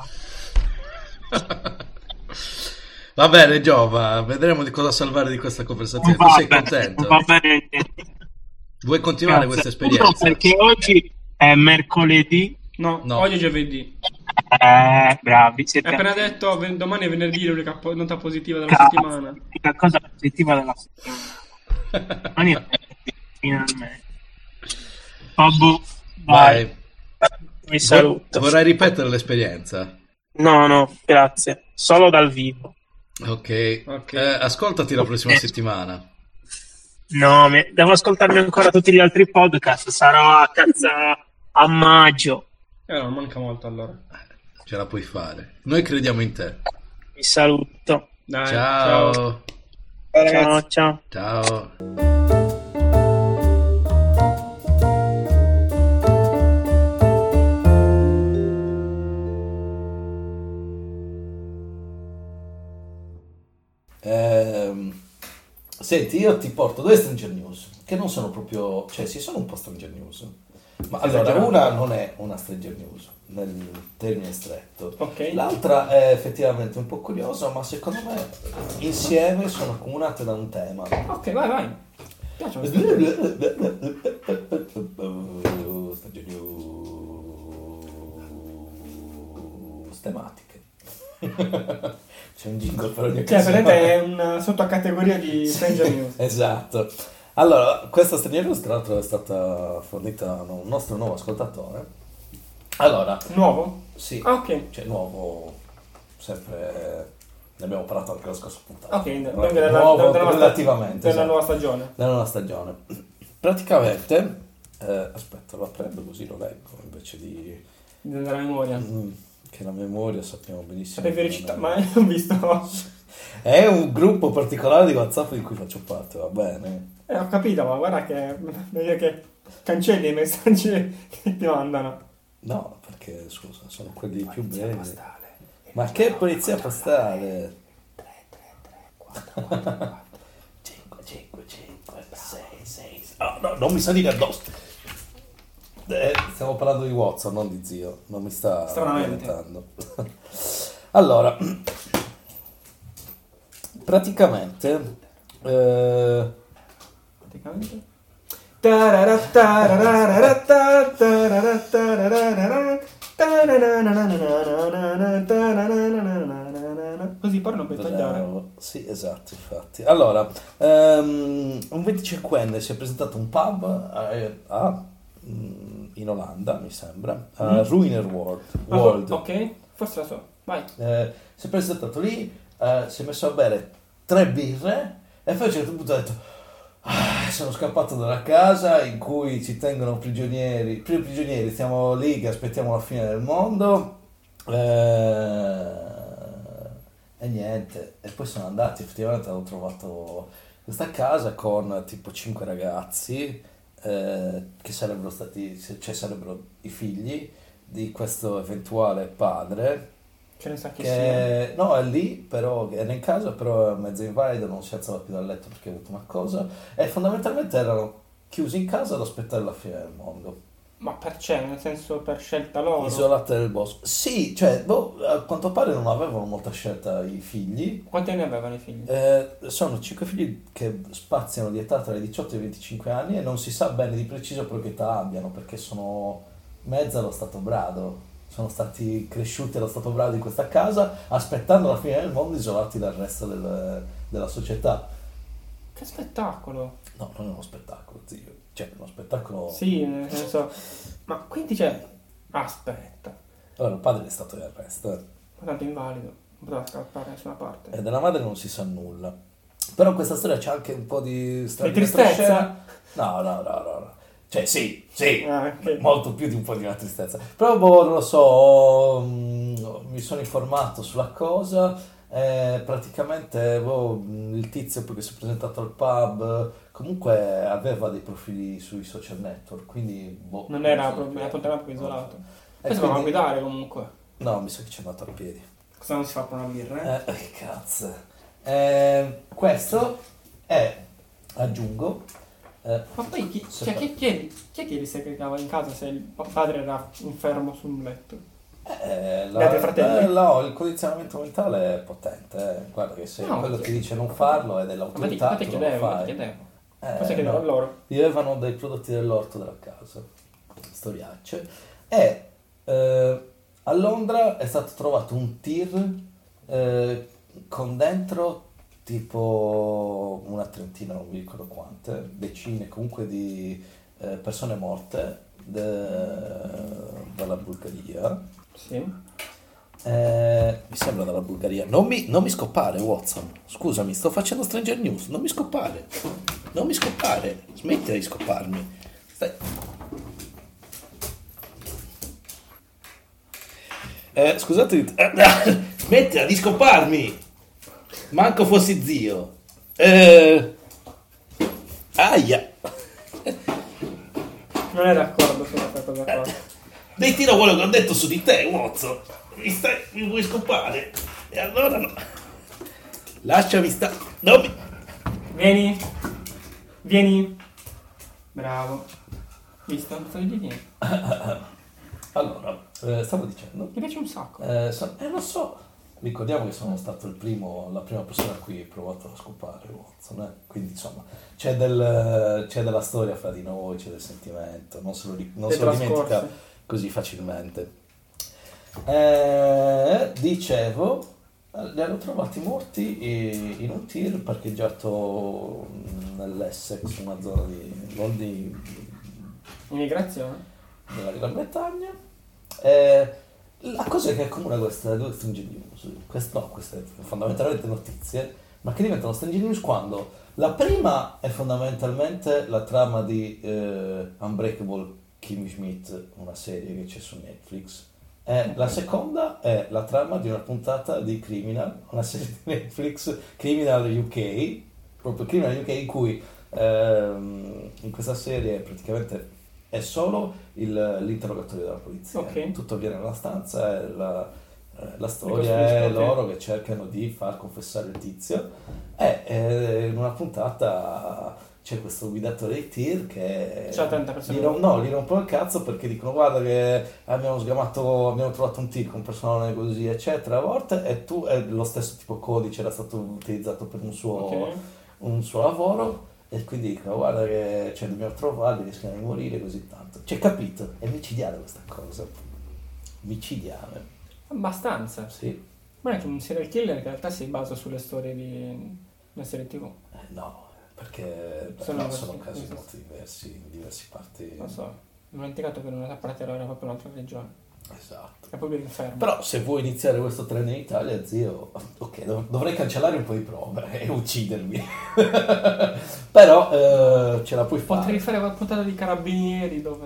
Va bene, Giova, vedremo di cosa salvare di questa conversazione. Tu sei contento? Va bene. Vuoi continuare questa esperienza? Perché oggi è mercoledì. No, oggi è giovedì. Bravi. Siete appena detto domani è venerdì, l'unica nota positiva della settimana. L'unica cosa positiva della settimana. Domani è finalmente. Babbo, vai. Vi saluto. Vorrai ripetere l'esperienza? No, grazie. Solo dal vivo. Ok. Ascoltati la prossima settimana. No, devo ascoltarmi ancora tutti gli altri podcast. Sarò a maggio. Non manca molto allora. Ce la puoi fare. Noi crediamo in te. Vi saluto. Dai, ciao. Ciao. Senti, io ti porto due Stranger News che non sono proprio, cioè sì, sono un po' Stranger News, ma allora una non è una Stranger News nel termine stretto, l'altra è effettivamente un po' curiosa, ma secondo me insieme sono accomunate da un tema. Ok, vai. Stranger News tematiche. C'è un jingle per ogni occasione. È una sottocategoria di Stranger News. Esatto. Allora, questa Stranger News tra l'altro è stata fornita da un nostro nuovo ascoltatore. Allora, nuovo? Sì. Ok. Cioè nuovo, sempre, ne abbiamo parlato anche la scorsa puntata. Ok, nuovo relativamente. Della nuova stagione. Della nuova stagione. Praticamente, aspetta, lo prendo così lo leggo invece di... Della memoria. Che la memoria sappiamo benissimo. Sapevi recitare, ma ho visto. È un gruppo particolare di WhatsApp di cui faccio parte, va bene? Ho capito, ma guarda che cancelli i messaggi che ti mandano. No, perché scusa, sono quelli più brevi. Ma che polizia postale? 3, 4, 5, 6, 6. No, non mi salire addosso. Stiamo parlando di WhatsApp, non di zio. Non mi sta diventando. Allora, praticamente così poi non puoi tagliare. Sì, esatto, infatti. Allora, un 25enne si è presentato a un pub in Olanda, mi sembra, Ruiner World. Ok, forse la so, vai. Si è presentato lì, si è messo a bere 3 birre e poi a un certo punto ha detto sono scappato dalla casa in cui ci tengono prigionieri, stiamo lì che aspettiamo la fine del mondo e niente, e poi sono andati, effettivamente hanno trovato questa casa con tipo 5 ragazzi che sarebbero stati, cioè sarebbero i figli di questo eventuale padre. Ce ne sa chi sia. No, è lì, però era in casa, però è mezzo invalido, non si alzava più dal letto perché ha avuto una cosa, e fondamentalmente erano chiusi in casa ad aspettare la fine del mondo. Ma nel senso per scelta loro? Isolate nel bosco. Sì, cioè, a quanto pare non avevano molta scelta i figli. Quanti ne avevano i figli? Sono 5 figli che spaziano di età tra i 18 e i 25 anni e non si sa bene di preciso però che età abbiano, perché sono mezzo allo stato brado. sono stati cresciuti allo stato brado in questa casa, aspettando la fine del mondo, isolati dal resto della società. Che spettacolo! No, non è uno spettacolo, zio. Cioè, è uno spettacolo... Sì, nel senso... Ma quindi c'è... Aspetta. Allora, il padre è stato in arresto, Tanto invalido. Non poteva scappare da nessuna parte. E della madre non si sa nulla. Però in questa storia c'è anche un po' di... Di tristezza? No. Cioè, sì, Ok. molto più di un po' di una tristezza. Però, boh, non lo so, mi sono informato sulla cosa, praticamente, il tizio poi che si è presentato al pub, comunque aveva dei profili sui social network, quindi, boh. Non era so proprio, era proprio isolato. E Poi sapeva quindi- guidare comunque. No, mi sa che ci è andato a piedi. Cosa non si fa con una birra? Che cazzo. Questo è, aggiungo, Ma poi chi è che li segregava in casa se il padre era infermo su un letto? Gli altri fratelli? no, il condizionamento mentale è potente. Guarda che se No, quello sì. ti dice non farlo è Ma ti dell'autorità, tu non lo chiedevo, ti fai. chiedevo. Cosa chiedevo No. a loro? Vivevano dai prodotti dell'orto della casa, storiacce. E a Londra è stato trovato un tir con dentro tipo una trentina, non mi ricordo quante, decine comunque di persone morte dalla Bulgaria. Sì. Mi sembra dalla Bulgaria. Non mi scoppare, Watson. Scusami, sto facendo Stranger News. Non mi scoppare. Smettila di scopparmi. Scusate, smettila di scopparmi. Manco fossi zio. Aia. Non è d'accordo su questa cosa qua. Ritiro quello che ho detto su di te, Watson. Mi vuoi scoppare? E allora no. Lasciami stare. No, Vieni. Bravo. Visto? Non stavi di niente. Allora, stavo dicendo. Mi piace un sacco. Lo so. Ricordiamo che sono stato la prima persona a cui ho provato a scopare Watson, Quindi insomma c'è della storia fra di noi, c'è del sentimento, non se lo dimentica così facilmente. Dicevo, li hanno trovati morti in un tir parcheggiato nell'Essex, una zona di Immigrazione. della Gran Bretagna. La cosa che accomuna queste due Stranger News, queste fondamentalmente notizie, ma che diventano Stranger News quando la prima è fondamentalmente la trama di Unbreakable Kimmy Schmidt, una serie che c'è su Netflix, e la seconda è la trama di una puntata di Criminal, una serie di Netflix, Criminal UK, proprio Criminal UK, in cui in questa serie praticamente è solo l'interrogatorio della polizia. Ok. Tutto avviene nella stanza e la storia è loro che cercano di far confessare il tizio. E in una puntata c'è questo guidatore dei tir che C'ha 30 persone. gli rompono il cazzo perché dicono guarda che abbiamo trovato un tir con personale così eccetera a volte, e tu è lo stesso tipo codice era stato utilizzato per un Ok. suo lavoro. E quindi dicono, guarda che dobbiamo trovarli, rischiano di morire così tanto. C'è capito? È micidiale questa cosa. Micidiale. Abbastanza. Sì. Ma è che un serial killer in realtà si basa sulle storie di una serie TV. No, perché Sono sono diversi, casi sì. molto diversi, in diverse parti. Non so. Mi ho dimenticato che non era Pratero, era proprio un'altra regione. Esatto. È proprio l'inferno. Però se vuoi iniziare questo trend in Italia, zio, ok, dovrei cancellare un po' di prove e uccidermi. Però ce la puoi fare. Potrei fare una puntata di carabinieri dove...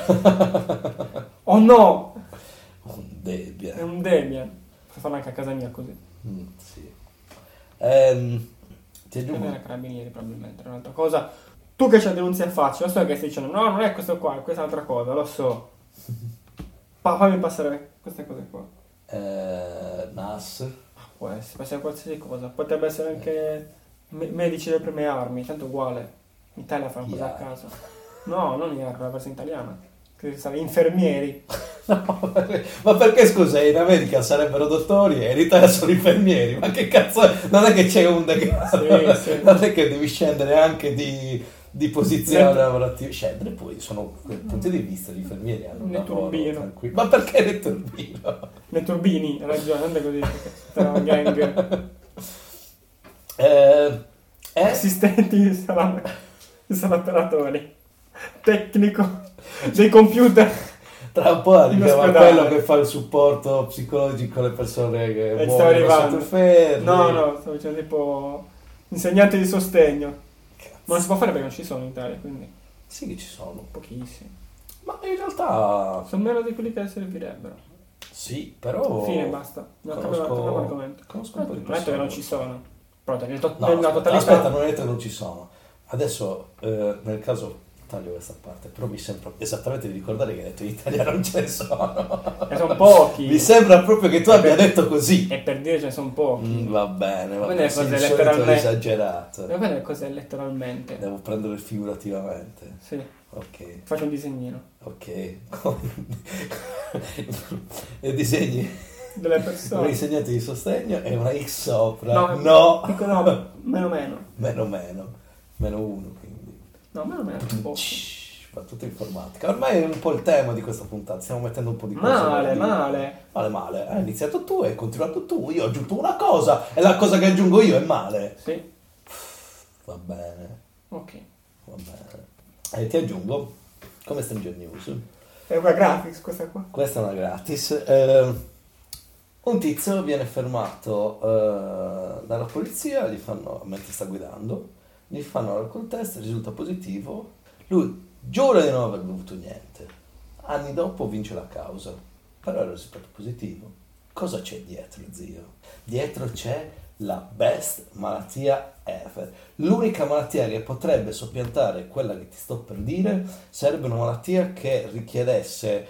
Oh no! Un Debian. È un Debian. Posso farlo anche a casa mia così. Sì. Ti Non aggiungo. era carabinieri probabilmente, è un'altra cosa. Tu che c'è denunzia facile, lo so che stai dicendo no, non è questo qua, è quest'altra cosa, lo so. Fammi passare queste cose qua. NAS. Può essere qualsiasi cosa, potrebbe essere anche medici delle prime armi, tanto uguale. In Italia fanno cose a IAR. caso. No, non IAR, la versione italiana. Che sarà infermieri. No, ma perché scusa, in America sarebbero dottori e in Italia sono infermieri? Ma che cazzo è? Non è che c'è un Sì, sì. non è che devi scendere anche di di posizione lavorativa. Scendere poi sono punti di vista, gli infermieri hanno un Ne lavoro turbino. tranquillo. Ma perché ne turbino? Le turbini, hai ragione, non è così. Perché sarà una gang. Assistenti saranno operatori. Tecnico dei computer. Tra un po' arriva In ospedale. quello che fa il supporto psicologico alle persone che E stava muoiono arrivando. sotto fermi. No, stavo dicendo tipo insegnante di sostegno. Ma non si può fare perché non ci sono in Italia, quindi Sì che ci sono. pochissimi. Ma in realtà Sono meno di quelli che servirebbero. sì, però... Fine, basta. No, cambiamo argomento. Conosco un po' di Non ho detto che non persone. ci sono. Però nella No, totalità. aspetta, non ho detto che non ci sono. Adesso, nel caso, taglio questa parte, però mi sembra esattamente di ricordare che hai detto in Italia non ce ne sono. E sono pochi. Mi sembra proprio che tu abbia detto così. E per dire ce ne sono pochi. Va bene, va Ma bene. le Sì, cose il solito letteralmente. esagerato. Ma guarda cos'è letteralmente. Devo prendere figurativamente. Sì, Ok, faccio un disegnino. ok. E disegni Delle un persone. insegnante di sostegno e una X sopra. No, No. dico no, meno. Meno uno, quindi. No, meno. Poco. Fa tutta informatica. Ormai è un po' il tema di questa puntata. Stiamo mettendo un po' di cose. Male. Male. Hai iniziato tu e hai continuato tu. Io ho aggiunto una cosa e la cosa che aggiungo io è male. Sì, Va bene. ok. Va bene. E ti aggiungo come Stranger News. È una graphics questa qua. Questa è una gratis. Un tizio viene fermato dalla polizia, gli fanno, mentre sta guidando, gli fanno l'alcol test, risulta positivo. Lui giura di non aver bevuto niente. Anni dopo vince la causa, però era risultato positivo. Cosa c'è dietro, zio? Dietro c'è la best malattia ever. L'unica malattia che potrebbe soppiantare quella che ti sto per dire sarebbe una malattia che richiedesse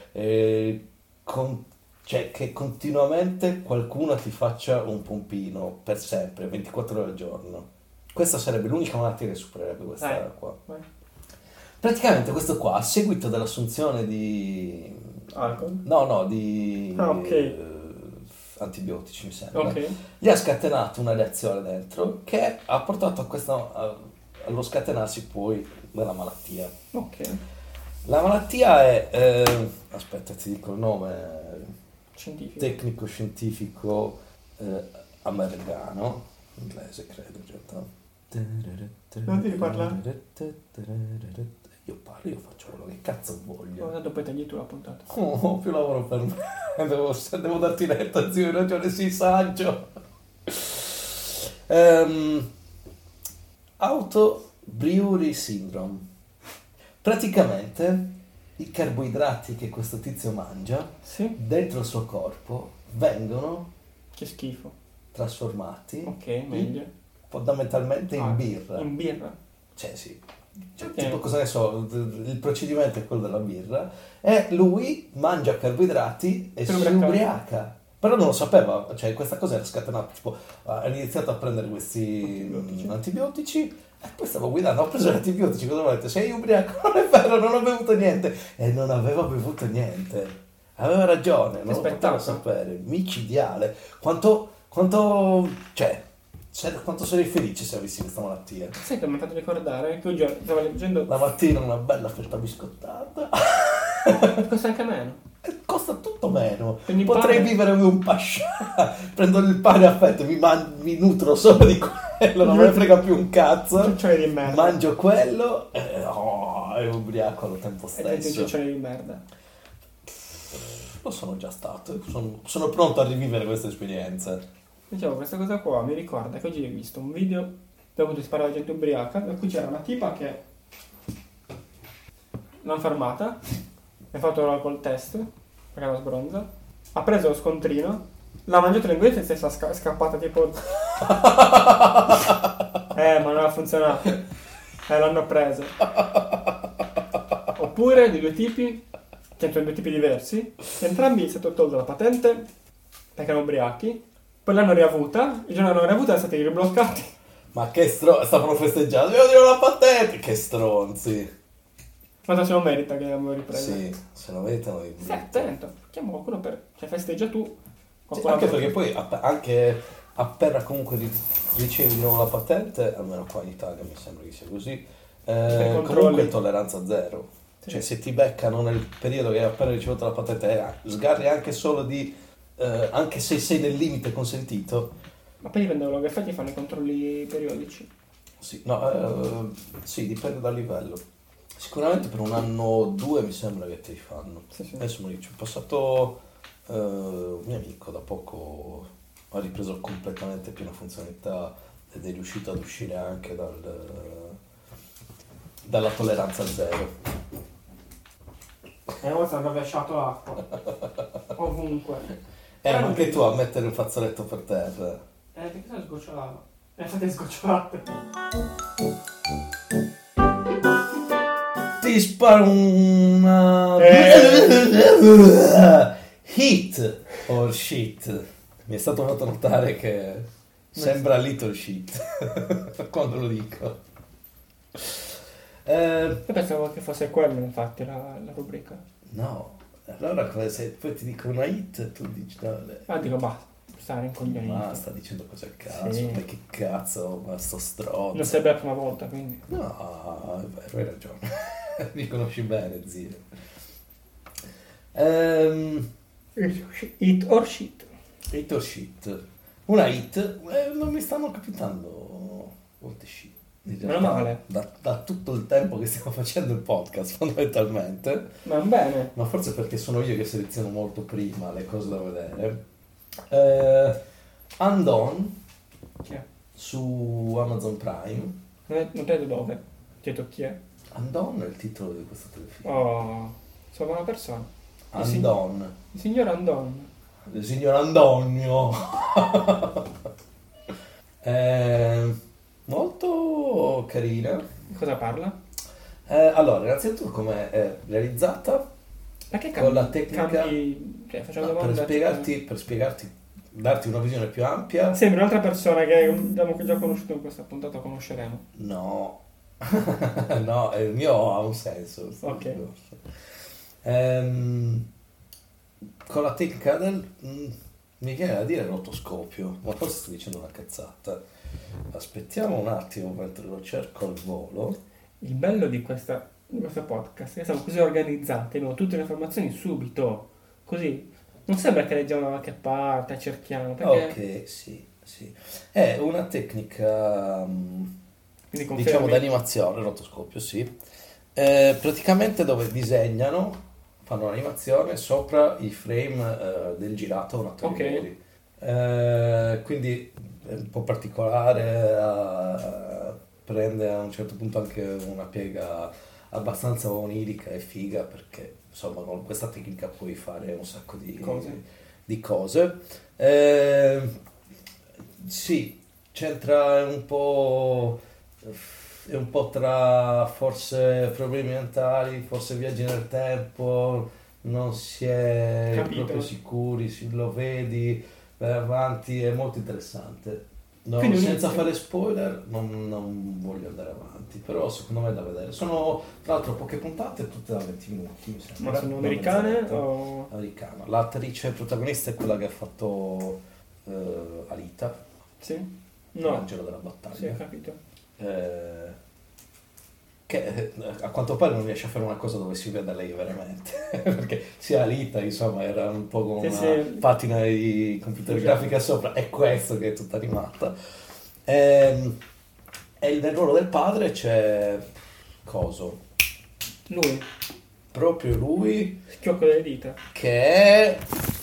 cioè che continuamente qualcuno ti faccia un pompino per sempre, 24 ore al giorno. Questa sarebbe l'unica malattia che supererebbe questa qua. Vai. Praticamente questo qua, a seguito dell'assunzione di... Alcol. No, di... Ah, ok. antibiotici, mi sembra. Ok. Gli ha scatenato una reazione dentro che ha portato allo scatenarsi poi della malattia. Ok. La malattia è... aspetta, ti dico il nome... Scientifico. tecnico scientifico americano, inglese credo in realtà. Non devi parlare? Io parlo, io faccio quello che cazzo voglio. Tanto poi tagli tu la puntata. Oh, più lavoro per me. Devo darti retta, zio, hai ragione, sì, saggio. Auto Brewery Syndrome. Praticamente i carboidrati che questo tizio mangia Sì. dentro il suo corpo vengono Che schifo. trasformati Ok, meglio. fondamentalmente in Ah, birra. In birra. Cioè sì. Cioè, Ok. tipo cosa ne so, il procedimento è quello della birra e lui mangia carboidrati e Per si ubriacare. ubriaca. Però non lo sapeva, cioè questa cosa era scatenata, tipo ha iniziato a prendere questi antibiotici e poi stavo guidando, ho preso gli antibiotici, cosa volete? Sei ubriaco? Non è vero, non ho bevuto niente. E non aveva bevuto niente. Aveva ragione, non lo potevo spettacolo. sapere. Micidiale. Quanto sarei felice se avessi questa malattia. Sai che mi ha fatto ricordare che oggi stavo leggendo. La mattina una bella fetta biscottata. Costa anche meno. Costa tutto meno. Quindi Potrei pane? vivere come un pascià. Prendo il pane a fette, mi nutro solo di quello, non me ne frega più un cazzo. Ciccione di merda. Mangio quello e è ubriaco allo tempo E dentro stesso. ciccione di merda. Lo sono già stato, sono pronto a rivivere questa esperienza. Dicevo, questa cosa qua mi ricorda che oggi ho visto un video dove ti sparava gente ubriaca, per cui c'era una tipa che l'hanno fermata, ha fatto l'alcol test, perché era sbronza, ha preso lo scontrino, l'ha mangiato l'inglese e si è scappata tipo... ma non ha funzionato. L'hanno preso. Oppure di due tipi, che sono due tipi diversi, entrambi si sono tolto la patente perché erano ubriachi, poi l'hanno riavuta, il giorno che l'hanno riavuta sono stati ribloccati. Ma che stavano festeggiando, io ho la patente, che stronzi. Quanto se lo merita che l'abbiamo ripresa? Sì, se lo meritano di Stai attento, chiama qualcuno per... cioè festeggia tu. Sì, Qualcuno anche per- perché poi anche appena comunque ricevi di nuovo la patente, almeno qua in Italia mi sembra che sia così, Comunque tolleranza zero. Sì. Cioè se ti beccano nel periodo che hai appena ricevuto la patente, sgarri anche solo anche se sei nel limite consentito. Ma poi dipende da quello che fai, ti fanno i controlli periodici. Sì, no, sì, dipende dal livello. Sicuramente per un anno o 2 mi sembra che te li fanno. Sì. Adesso mi dice, ho passato un mio amico da poco ha ripreso completamente piena funzionalità ed è riuscito ad uscire anche dalla tolleranza zero. E ora hanno rovesciato l'acqua. Ovunque. Ma anche tu a mettere un fazzoletto per terra. Che cosa sgocciolava? Fate sgocciolate. Ti sparo una hit or shit. Mi è stato fatto notare che sembra little shit quando lo dico. Io pensavo che fosse quello infatti la rubrica. No, allora se poi ti dico una hit tu dici no, dico basta, stare in coglioni. ma sta dicendo cose a caso, Sì. ma che cazzo, ma sto stronzo. Non sarebbe la prima volta, quindi. No, è vero, hai ragione. Mi conosci bene, zio. Hit or shit. Hit or shit. Una hit, non mi stanno capitando molte shit. Meno male. Da tutto il tempo che stiamo facendo il podcast, fondamentalmente. Ma bene. Ma forse perché sono io che seleziono molto prima le cose da vedere. Undone Chi è? su Amazon Prime. Non vedo dove. Ti ho detto chi è? Undone è il titolo di questo telefilm. Oh, sono una persona. Undone. Il signor Andon. Il signor Antonio. Molto carina. Di cosa parla? Allora, innanzitutto come è realizzata, Perché con la tecnica, cioè, facciamo per domande. spiegarti, darti una visione più ampia. Sembra un'altra persona che abbiamo già conosciuto in questa puntata, conosceremo. No, no, il mio ha un senso. Ok. Con la tecnica mi viene da dire rotoscopio, ma forse sto dicendo una cazzata. Aspettiamo un attimo mentre lo cerco al volo. Il bello di questo podcast è che siamo così organizzati, abbiamo tutte le informazioni subito, così non sembra che leggiamo da qualche parte, cerchiamo, perché Ok, sì. È una tecnica, quindi diciamo, confermi. d'animazione, rotoscopio, sì. Praticamente dove disegnano, fanno un'animazione sopra i frame del girato con attori veri. Quindi è un po' particolare, prende a un certo punto anche una piega abbastanza onirica e figa, perché insomma con questa tecnica puoi fare un sacco di cose. Sì, c'entra un po', è un po' tra forse problemi mentali, forse viaggi nel tempo, non si è Capito. proprio sicuri, lo vedi, vai avanti, è molto interessante. No, Quindi senza inizio. fare spoiler non voglio andare avanti, però secondo me è da vedere. Sono tra l'altro poche puntate, tutte da 20 minuti, mi sembra. Ma sono Una americane mezz'oretta. o... Americana. L'attrice protagonista è quella che ha fatto Alita, Sì? No, l'angelo della sì, battaglia. ho capito. Che a quanto pare non riesce a fare una cosa dove si veda lei veramente, perché sia Alita, insomma, era un po' come Sì, una sì. patina di computer Sì. grafica sopra, è questo che è tutta animata. E nel ruolo del padre c'è Coso, Lui, proprio lui, schiocco delle dita. che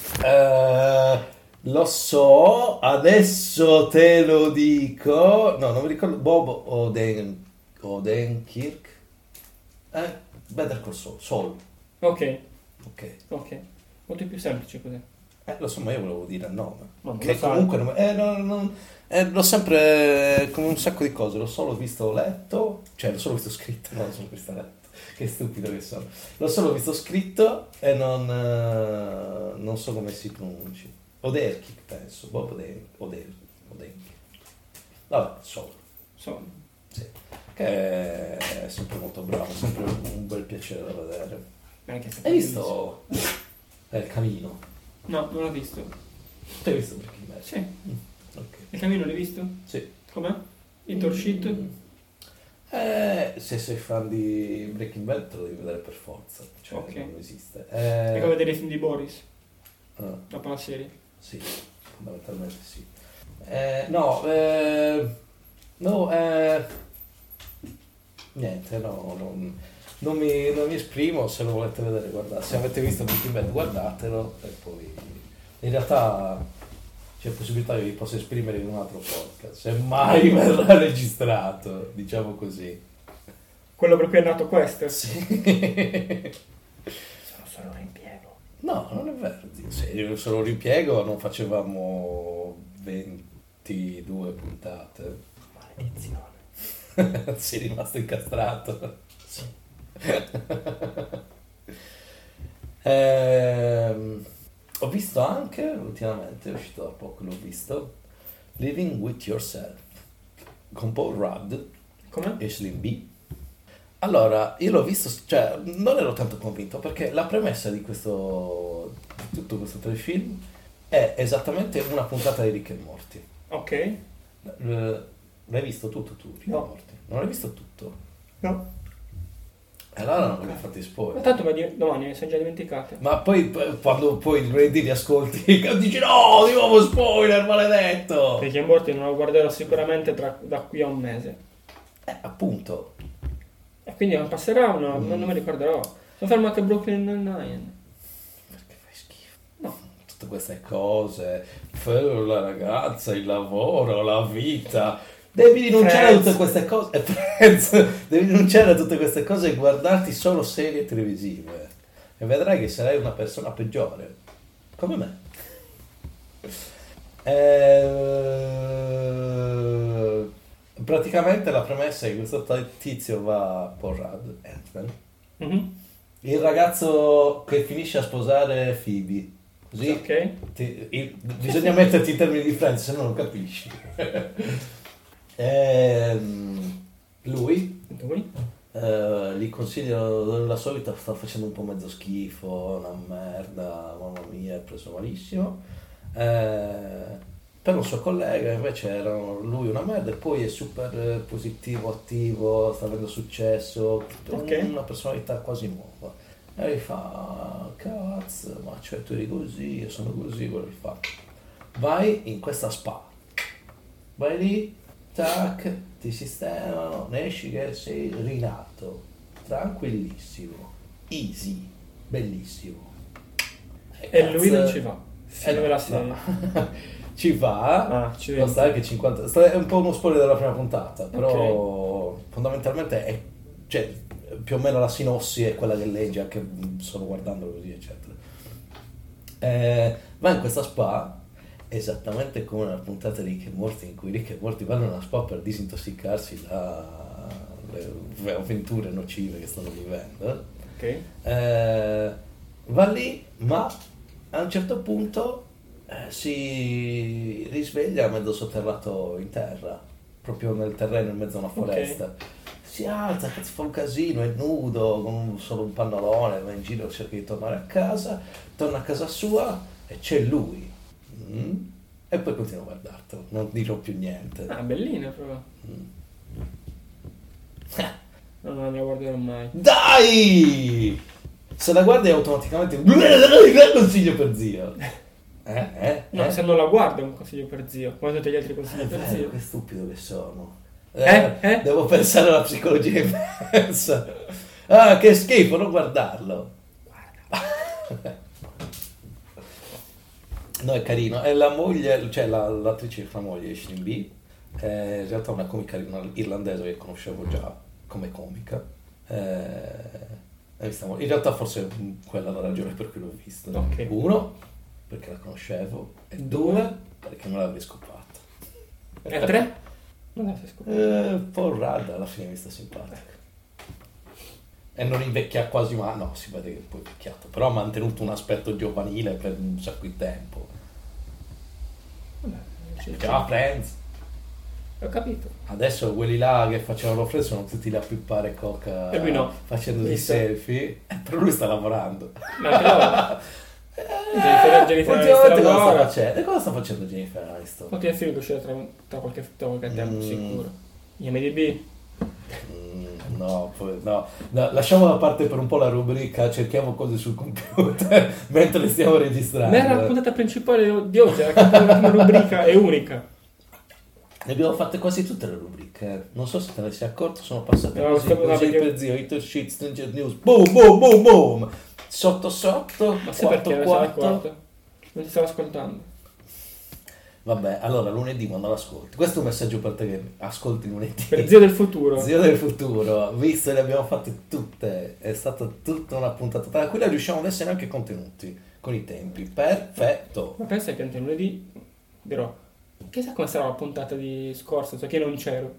lo so, adesso te lo dico, no, non mi ricordo, Bob Odenkirk, Better Call Saul, Ok, ok. molto più semplice così. Lo so, ma io volevo dire il nome. Ma non Che lo sai. comunque l'ho sempre come un sacco di cose, l'ho solo visto letto, cioè l'ho solo visto scritto, non l'ho solo visto letto. Che stupido che sono. L'ho solo visto scritto e non so come si pronunci. Odenkirk, penso. Bob Odenkirk. Vabbè, solo. Sono. Sì. Che è sempre molto bravo, sempre un bel piacere da vedere. Anche se Hai visto Il Camino? No, non l'ho visto. Tu hai visto Breaking Bad? Sì. Ok. Il cammino l'hai visto? Sì. Com'è? Hit or shit? Se sei fan di Breaking Bad te lo devi vedere per forza, cioè Ok. non esiste. È come vedere i film di Boris, Ah, dopo la serie. sì, fondamentalmente sì. No, niente, no, non mi esprimo, se lo volete vedere, guardate, se avete visto Breaking Bad guardatelo e poi in realtà c'è possibilità che vi possa esprimere in un altro podcast, se mai verrà registrato, diciamo così. Quello per cui è nato questo. Sì. Sono solo un impiego. No, non è vero, se io solo ripiego non facevamo 22 puntate. Maledizione. Sei rimasto incastrato. Sì. Ho visto anche, ultimamente, è uscito da poco, l'ho visto, Living with Yourself, con Paul Rudd Come? e Slim B. Allora, io l'ho visto, cioè, non ero tanto convinto, perché la premessa di tutto questo telefilm è esattamente una puntata di Rick e Morty. Ok. L'hai visto tutto tu, Rick e No. Morty? Non l'hai visto tutto? No. Allora non voglio farti Ma spoiler. tanto domani mi sono già dimenticate. Ma poi quando poi il lunedì li ascolti, dici no, di nuovo spoiler, maledetto! Perché Morty non lo guarderò sicuramente da qui a un mese. Appunto. E quindi non passerà non mi ricorderò. Sono fermo anche a Brooklyn Nine-Nine. Perché fai schifo? No. Tutte queste cose, la ragazza, il lavoro, la vita. Devi rinunciare a tutte queste cose. Devi rinunciare a tutte queste cose e guardarti solo serie televisive. E vedrai che sarai una persona peggiore. Come me. Praticamente la premessa è che questo tizio va Paul Rudd, Ant-Man, Mhm. il ragazzo che finisce a sposare Phoebe. Così Ok. bisogna metterti in termini di Friends, se no non capisci. Lui gli consiglio la sua vita sta facendo un po' mezzo schifo, una merda, mamma mia, è preso malissimo. Per un suo collega invece era lui una merda e poi è super positivo, attivo, sta avendo successo, Ok. una personalità quasi nuova. E lui fa, cazzo, ma cioè tu eri così, io sono così, quello che fa. Vai in questa spa, vai lì, tac, ti sistemano, ne esci che sei rinato, tranquillissimo, easy, bellissimo. E lui non cazzo, ci va. Fino alla serie. no. Ci va, Ah, ci non vedi. sta che 50, è un po' uno spoiler della prima puntata, però fondamentalmente è, cioè, più o meno la sinossi è quella che leggi, anche solo guardandolo così, eccetera. Va in questa spa, esattamente come una puntata di Rick e Morty, in cui Rick e Morty vanno in una spa per disintossicarsi dalle avventure nocive che stanno vivendo. Ok. Va lì, ma a un certo punto si risveglia mezzo sotterrato in terra, proprio nel terreno in mezzo a una foresta. Si alza, cazzo, fa un casino, è nudo, con solo un pannolone, va in giro, cerca di tornare a casa, torna a casa sua e c'è lui. E poi continua a guardarlo, non dirò più niente. Ah, bellina proprio. Non la guarderò mai. Dai! Se la guardi automaticamente consiglio per zio. No, se non la guardo è un consiglio per zio, come tutti gli altri consigli È per vero, zio. che stupido che sono. Eh? Devo pensare alla psicologia inversa. Ah, che schifo, non guardarlo. No, è carino. È la moglie, cioè l'attrice che fa moglie di Slim B. È in realtà una comica irlandese che conoscevo già come comica. In realtà forse quella è la ragione per cui l'ho visto. Ok. 1, perché la conoscevo, e 2, perché non l'avrei scopato. E 3? Non la sei scoperto. Paul Rudd alla fine mi sta simpatico. E non invecchia quasi mai, no, si vede che è poi invecchiato, però ha mantenuto un aspetto giovanile per un sacco di tempo. Già Friends. Ho capito. Adesso quelli là che facevano Friends sono tutti là a pippare coca E lui no. facendo dei Visto. selfie, però lui sta lavorando. Ma però Jennifer Ultimamente Aniston cosa sta lavora. facendo? E cosa sta facendo Jennifer Aniston? Qualche film che uscirà tra qualche tempo Mm. sicuro. IMDb. No, lasciamo da parte per un po' la rubrica, cerchiamo cose sul computer mentre stiamo registrando. Ma era la puntata principale di oggi, la rubrica è unica. Ne abbiamo fatte quasi tutte le rubriche. Non so se te ne sei accorto, sono passate No, così perché... per zio, Hit Shit, Stranger News, boom, boom, boom, boom. Sotto, Ma sai perché era il quarto. quarto? Non ti stavo ascoltando. Vabbè, allora lunedì quando l'ascolti. Questo è un messaggio per te che ascolti lunedì. Per zio del futuro. Zio del futuro, visto che le abbiamo fatte tutte, è stata tutta una puntata tra cui riusciamo ad essere anche contenuti con i tempi. Perfetto. Ma pensa che anche lunedì dirò, chissà come sarà la puntata di scorsa, cioè che non c'ero.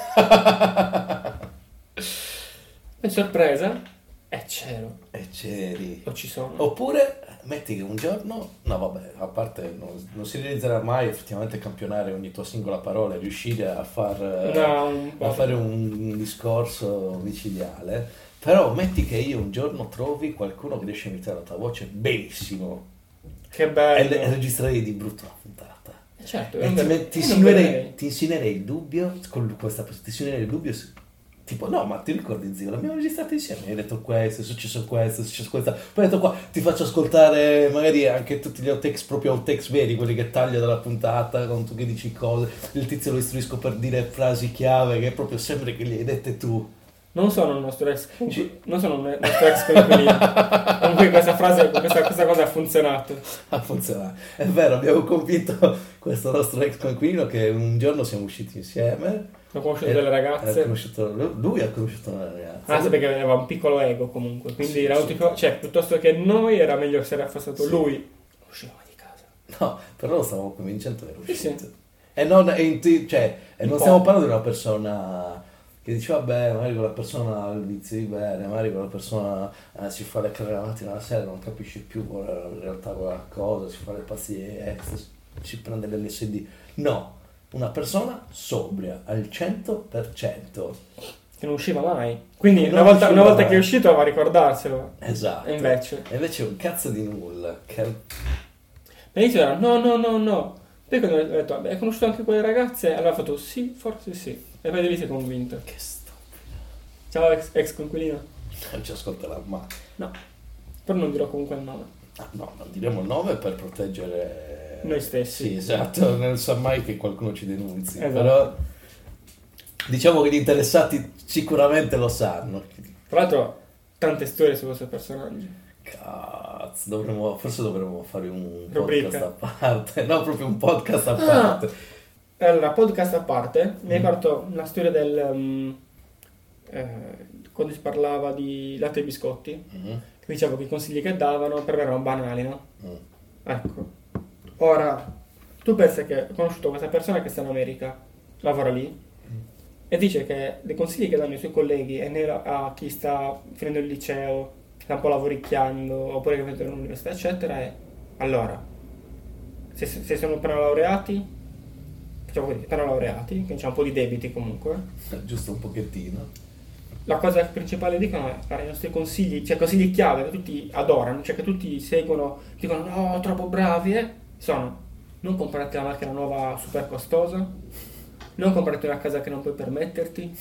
Per sorpresa, c'ero. E c'eri. O ci sono. Oppure metti che un giorno, no vabbè, a parte non si realizzerà mai effettivamente campionare ogni tua singola parola e riuscire a fare un discorso micidiale, però metti che io un giorno trovi qualcuno che riesce a imitare la tua voce benissimo Che bello. e registrerei di brutto una puntata. Certo, E ti insinuerei il dubbio con questa persona, ti insinuerei il dubbio tipo, no, ma ti ricordi zio, l'abbiamo registrato insieme, hai detto questo, è successo questo, poi hai detto qua, ti faccio ascoltare magari anche tutti gli outtakes, proprio outtakes veri, quelli che taglio dalla puntata, con tu che dici cose, il tizio lo istruisco per dire frasi chiave che proprio sembra che le hai dette tu. Non sono il nostro ex coinquilino. Con cui questa frase, questa cosa ha funzionato. Ha funzionato. È vero, abbiamo convinto questo nostro ex coinquilino che un giorno siamo usciti insieme. Ho conosciuto delle ragazze. Lui ha conosciuto una ragazza. Ah, sì, perché aveva un piccolo ego comunque. Quindi piuttosto che noi era meglio se fosse stato lui. Usciva di casa. No, però lo stavamo convincendo che era uscito. Sì. E non stiamo parlando di una persona che dice vabbè, magari quella persona ha il vizio di bene, magari quella persona si fa le carriere la mattina alla sera, non capisce più qual è in realtà quella cosa, si fa le pastiglie, si prende l'LSD. No, una persona sobria al 100%. Che non usciva mai. Quindi una volta che è uscito va a ricordarselo. Esatto. E invece è un cazzo di nulla. All'inizio era no. Poi quando ho detto, vabbè, hai conosciuto anche quelle ragazze? Allora ha fatto sì, forse sì. E poi di lì si è convinto. Che stupido. Ciao ex coinquilino. Non ci ascolterà mai. No. Però non dirò comunque il nome. Ah, no, non diremo il nome per proteggere noi stessi. Sì, esatto, non sa mai che qualcuno ci denunzi. Esatto. Però diciamo che gli interessati sicuramente lo sanno. Tra l'altro tante storie su questo personaggio. Cazzo, forse dovremmo fare un rubrica. Podcast a parte. No, proprio un podcast a parte. Allora, podcast a parte, mi ricordo una storia del quando si parlava di latte e biscotti, che dicevo che i consigli che davano per me erano banali, no? Ecco. Ora, tu pensi che ho conosciuto questa persona che sta in America, lavora lì, e dice che dei consigli che danno i suoi colleghi e a chi sta finendo il liceo, sta un po' lavoricchiando, oppure che vedono all'università, eccetera, è allora, se sono appena laureati, facciamo così, appena laureati, che c'è un po' di debiti comunque, giusto un pochettino. La cosa principale dicono è i nostri consigli, cioè consigli chiave che tutti adorano, cioè che tutti seguono, dicono no, troppo bravi, sono non comprarti la macchina nuova super costosa, non comprarti una casa che non puoi permetterti,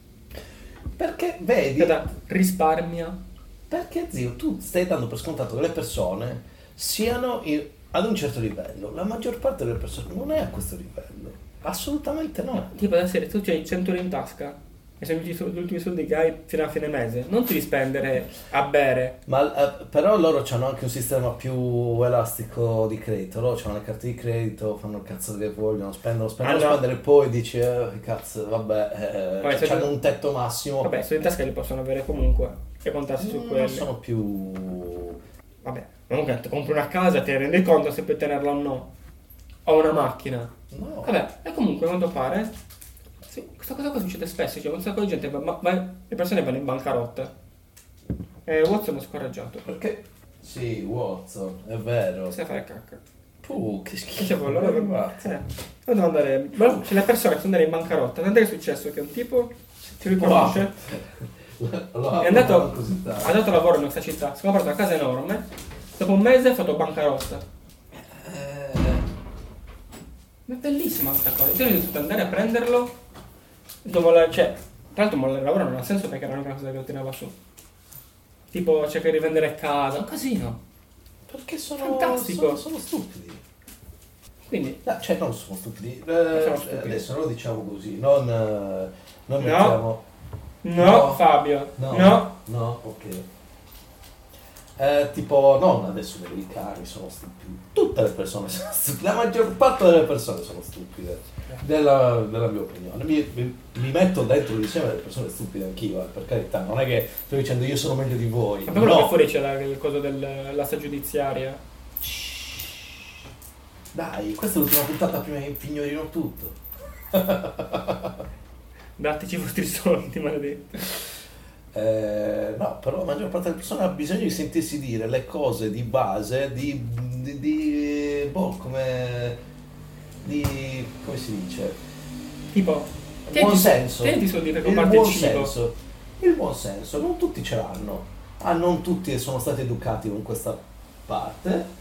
perché vedi, risparmia. Perché zio, tu stai dando per scontato che le persone siano ad un certo livello. La maggior parte delle persone non è a questo livello. Assolutamente no. Tipo da serie, tu c'hai 100 euro in tasca e sono gli ultimi soldi che hai fino a fine mese. Non ti spendere a bere. Ma però loro hanno anche un sistema più elastico di credito. Loro hanno le carte di credito, fanno il cazzo che vogliono, spendono e poi dici cazzo, vabbè, hanno un tetto massimo. Vabbè, soldi in tasca li possono avere comunque e contarsi su quelli. Non sono più... Vabbè, comunque ti compri una casa, ti rendi conto se puoi tenerla o no. O una macchina. No. Vabbè, e comunque quando pare, sì, questa cosa qua succede spesso, cioè un sacco di gente, le persone vanno in bancarotta. E Watson è scoraggiato. Perché? Sì, Watson, è vero. Sai fare cacca. Che schifo. Cioè, allora devo andare. C'è le persone che sono andate in bancarotta. Tant'è che è successo che un tipo ti riconosce. È andato ha dato lavoro in questa città, si è comprato una casa enorme, dopo un mese ha fatto bancarotta. Ma è bellissima questa cosa. Io ho dovuto andare a prenderlo, Tra l'altro mollare il lavoro non ha senso perché era una cosa che lo tirava su. Tipo cercare di vendere casa, un casino. Perché Fantastico. sono stupidi. Quindi, Cioè, non sono stupidi. Sono stupidi. Adesso non lo diciamo così. Non mettiamo... no, Fabio, no. No, ok. Tipo, non adesso i cani sono stupidi. Tutte le persone sono stupide. La maggior parte delle persone sono stupide. Della mia opinione. Mi metto dentro l'insieme delle persone stupide anch'io, per carità. Non è che sto dicendo io sono meglio di voi. Ma per quello No. che fuori c'è il coso dell'asta giudiziaria. Dai, questa è l'ultima puntata prima che impignorino tutto. Dateci i vostri soldi, maledetti. No, però la maggior parte delle persone ha bisogno di sentirsi dire le cose di base, come si dice? Tipo, Buon senso. tieniti i soldi per Il comprarti il buon cibo. senso. Il buon senso, non tutti ce l'hanno. Non tutti sono stati educati con questa parte.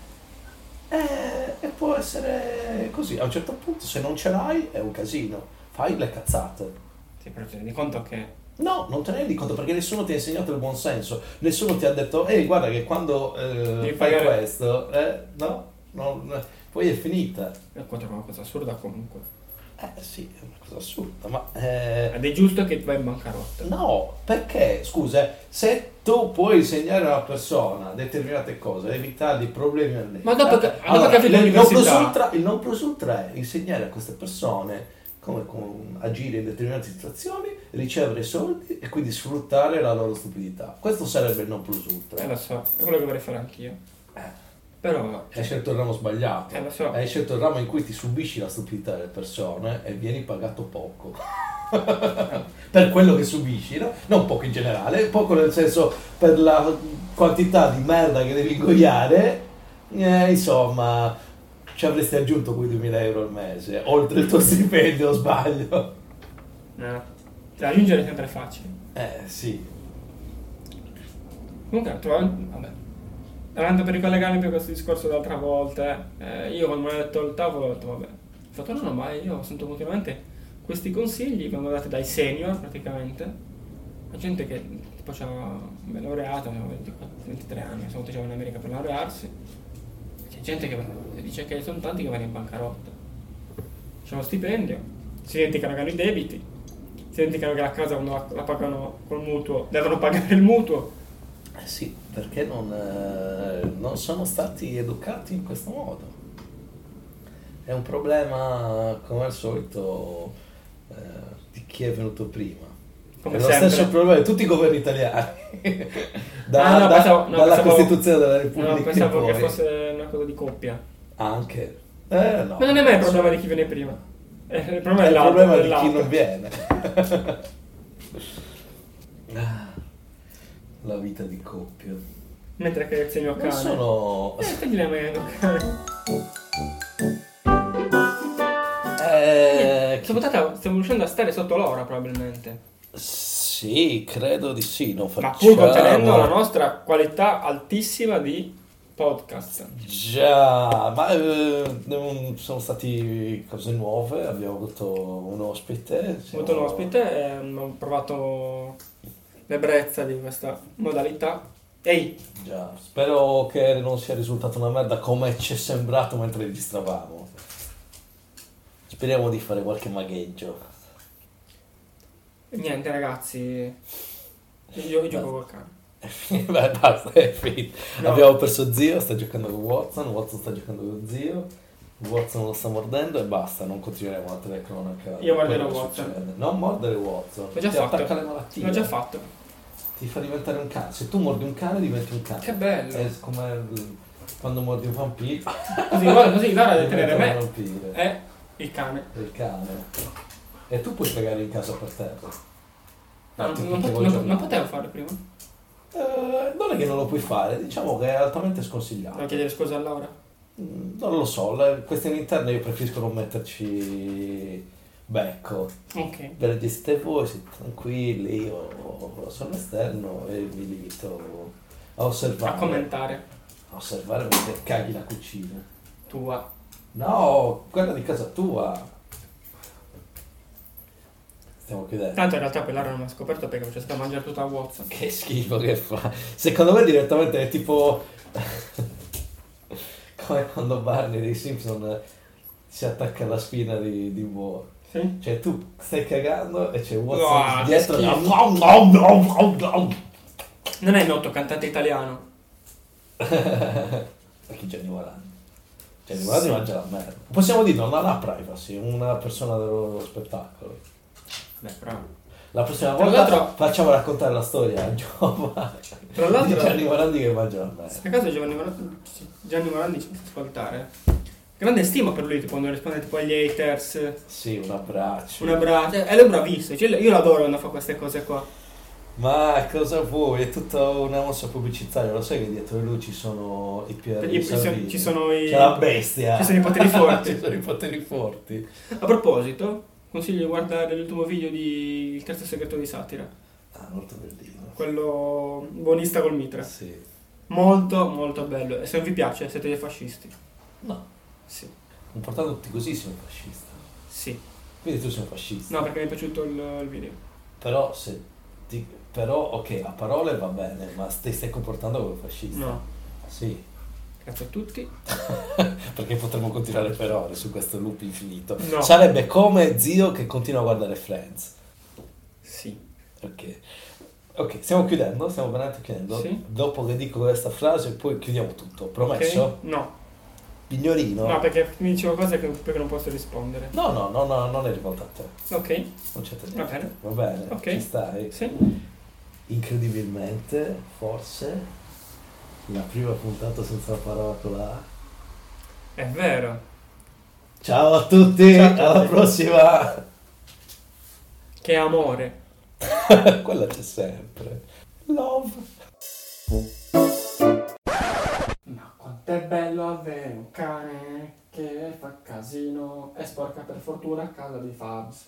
E può essere così. A un certo punto, se non ce l'hai, è un casino. Fai le cazzate. Sì, però ti rendi conto che... No, non te ne rendi conto perché nessuno ti ha insegnato il buon senso. Nessuno ti ha detto, guarda che quando Devi fai pagare. questo, poi è finita. Io trovo una cosa assurda comunque. Sì, è una cosa assurda, ma... Ed è giusto che vai in bancarotta. No, perché, scusa, se tu puoi insegnare a una persona determinate cose, evitargli problemi alle Ma dopo che ha finito il non plus l'università. ultra, il non plus ultra è insegnare a queste persone come agire in determinate situazioni, ricevere soldi e quindi sfruttare la loro stupidità. Questo sarebbe il non plus ultra. Lo so, è quello che vorrei fare anch'io. Però... Hai scelto il ramo sbagliato. Lo so. Hai scelto il ramo in cui ti subisci la stupidità delle persone e vieni pagato poco. Per quello che subisci, no? Non poco in generale, poco nel senso per la quantità di merda che devi ingoiare, insomma, ci avresti aggiunto quei 2.000 euro al mese, oltre il tuo stipendio, o sbaglio? No. Da raggiungere è sempre facile. Sì. Comunque, vabbè. Tanto per ricollegarmi per questo discorso dell'altra volta, io quando mi hanno detto il tavolo ho detto vabbè. Ho fatto no, ma io sento continuamente questi consigli vengono dati dai senior praticamente, a gente che tipo c'ha laureato, aveva 23 anni, sono in America per laurearsi, c'è gente che dice che sono tanti che vanno in bancarotta, c'è uno stipendio, si dimenticano che hanno i debiti, si dimenticano che la casa quando la pagano col mutuo devono pagare il mutuo. Sì, perché non sono stati educati in questo modo. È un problema, come al solito, di chi è venuto prima. Come è lo sempre. stesso problema di tutti i governi italiani. Dalla dalla Costituzione della Repubblica. No, pensavo in che poi. fosse una cosa di coppia. Anche. No. Ma non è mai il problema di chi viene prima. Il problema È è il l'altro. problema è di chi l'altro. non viene. La vita di coppia. Mentre accarezzi il mio Non cane. sono... Tagli la mano, cane. Questa puntata stiamo riuscendo a stare sotto l'ora probabilmente. Sì, credo di sì. Non Ma facciamo... pur contenendo la nostra qualità altissima di podcast. Già, ma sono stati cose nuove, abbiamo avuto un ospite. Ho avuto un ospite e ho provato l'ebbrezza di questa modalità. Ehi! Già, spero che non sia risultato una merda come ci è sembrato mentre registravamo. Speriamo di fare qualche magheggio. Niente ragazzi, io gioco col cane. Beh, basta, è finito. No. Abbiamo perso zio, sta giocando con Watson sta giocando con zio, Watson lo sta mordendo e basta, non continueremo la telecronaca. Io morderò Quello che Watson. succede. Non mordere Watson, L'ho già ti fatto. attacca le malattie. L'ho già fatto. Ti fa diventare un cane. Se tu mordi un cane diventi un cane. Che bello. È come quando mordi un vampiro. Così guarda di tenere diventa un me vampiro. e il cane. Il cane. E tu puoi pregare in casa per terra. No, Tutte non le potevo giornate. fare prima. Non è che non lo puoi fare, diciamo che è altamente sconsigliato. Devo chiedere scusa a Laura. Non lo so, questioni interne io preferisco non metterci becco. Ok. Per gestire voi, siete tranquilli, io sono esterno e mi limito a osservare. A commentare. A osservare mentre caghi la cucina. Tua. No, quella di casa tua. Stiamo chiudendo. Tanto in realtà poi Lara non mi ha scoperto perché c'è stato a mangiare tutta la Watson. Che schifo che fa. Secondo me direttamente è tipo come quando Barney dei Simpson si attacca alla spina di Moore. Sì? Cioè tu stai cagando e c'è Watson No, dietro. che Non è noto cantante italiano. Perché Gianni Morandi? Gianni Morandi mangia la merda. Possiamo dire, non ha privacy, è una persona dello spettacolo. Beh, però... La prossima Tra volta l'altro- facciamo raccontare la storia a Giova Tra l'altro- di Gianni Morandi che mangia la merda. A caso Gianni Morandi ci fa ascoltare. Grande stima per lui quando risponde tipo agli haters. Sì, un abbraccio. Un abbraccio. E lui è bravissimo. Cioè, io l'adoro quando fa queste cose qua. Ma cosa vuoi? È tutta una mossa pubblicitaria. Lo sai che dietro di lui ci sono i Ci sono i... C'è la bestia. Ci sono i poteri forti. Ci sono i poteri forti. A proposito, consiglio di guardare l'ultimo video di Il terzo segreto di Satira. Ah, molto bellino. Quello buonista col mitra. Sì. Molto, molto bello. E se non vi piace, siete dei fascisti. No, Sì. non portando tutti così sei un fascista. Sì. Quindi tu sei un fascista. No, perché mi è piaciuto il video. Però però ok, a parole va bene, ma ti stai comportando come un fascista. No. Sì. Grazie a tutti. Perché potremmo continuare per ore su questo loop infinito. No. Sarebbe come zio che continua a guardare Friends. Sì. Ok, stiamo chiudendo, stiamo veramente chiudendo. Sì. Dopo che dico questa frase poi chiudiamo tutto. Promesso? Ok? No. Pignorino? No, perché mi dicevo cose perché non posso rispondere. No, non è rivolta a te. Ok. Non c'è te. Va bene. Va bene, Ok. ci stai. Sì. Incredibilmente, forse, la prima puntata senza la parola con la A. È vero. Ciao a tutti, Ciao a tutti. alla prossima! Che amore. Quella c'è sempre. Love. Ma quanto è bello avere un cane che fa casino e sporca per fortuna a casa di Fabs.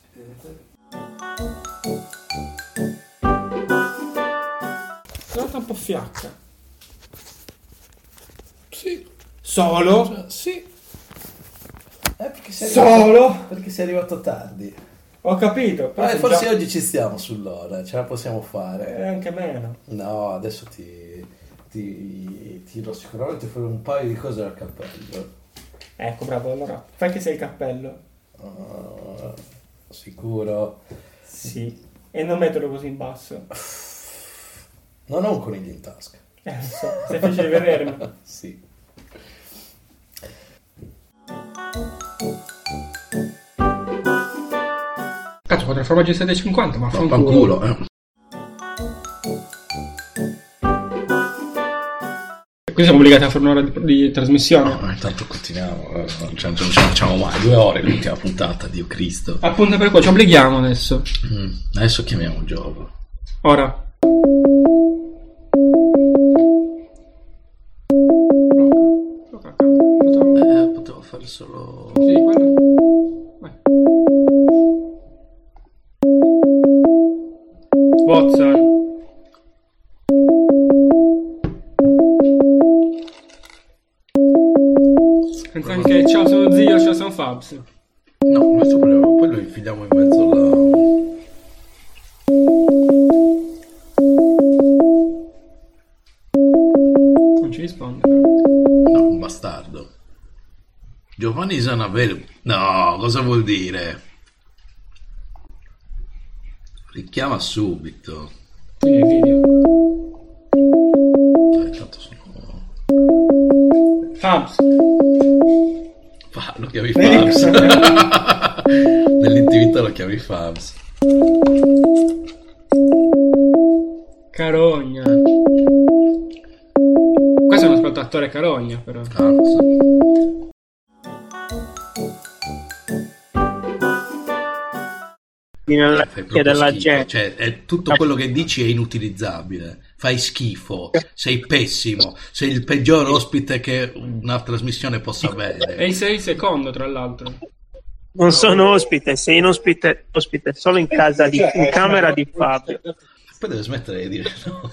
Sono un po' fiacca. Sì. Solo? Sì. Perché sei Solo? Perché sei arrivato tardi. Ho capito. Però sono Forse già- oggi ci stiamo sull'ora, ce la possiamo fare. anche meno. No, adesso ti tiro sicuramente fuori un paio di cose dal cappello. Ecco, bravo, allora fai che sei il cappello. Sicuro. Sì. E non metterlo così in basso. Non ho un coniglio in tasca. Lo so, sei facile vedermi. Sì. Cazzo, 4 formaggi 7,50, ma Fanculo, Quindi siamo obbligati a fare un'ora di trasmissione. No, intanto continuiamo, non ce la facciamo mai. 2 ore l'ultima puntata, Dio Cristo. Appunto per quello, ci obblighiamo adesso. Adesso chiamiamo un gioco. Ora. Potevo fare solo... Sì, quello. Vai. Watson. Pensa anche ciao sono zio, ciao sono Fabs. No, questo poi lo infiliamo in mezzo alla... Non ci risponde. No, un bastardo. Giovanni Zanavello. No, cosa vuol dire? Richiama subito. Quindi il video. Tanto sono... Fabs. Lo chiami Fabs. Nell'intimità lo chiami Fabs. Carogna. Questo è uno ascoltatore Carogna, però. Cazzo. Nella Fai vecchia proprio della schifo. gente. Cioè, tutto quello che dici è inutilizzabile. Fai schifo, sei pessimo, sei il peggior ospite che una trasmissione possa avere. E sei il secondo, tra l'altro. Non sono ospite, sei in ospite solo in casa in camera di Fabio. Poi deve smettere di dire no.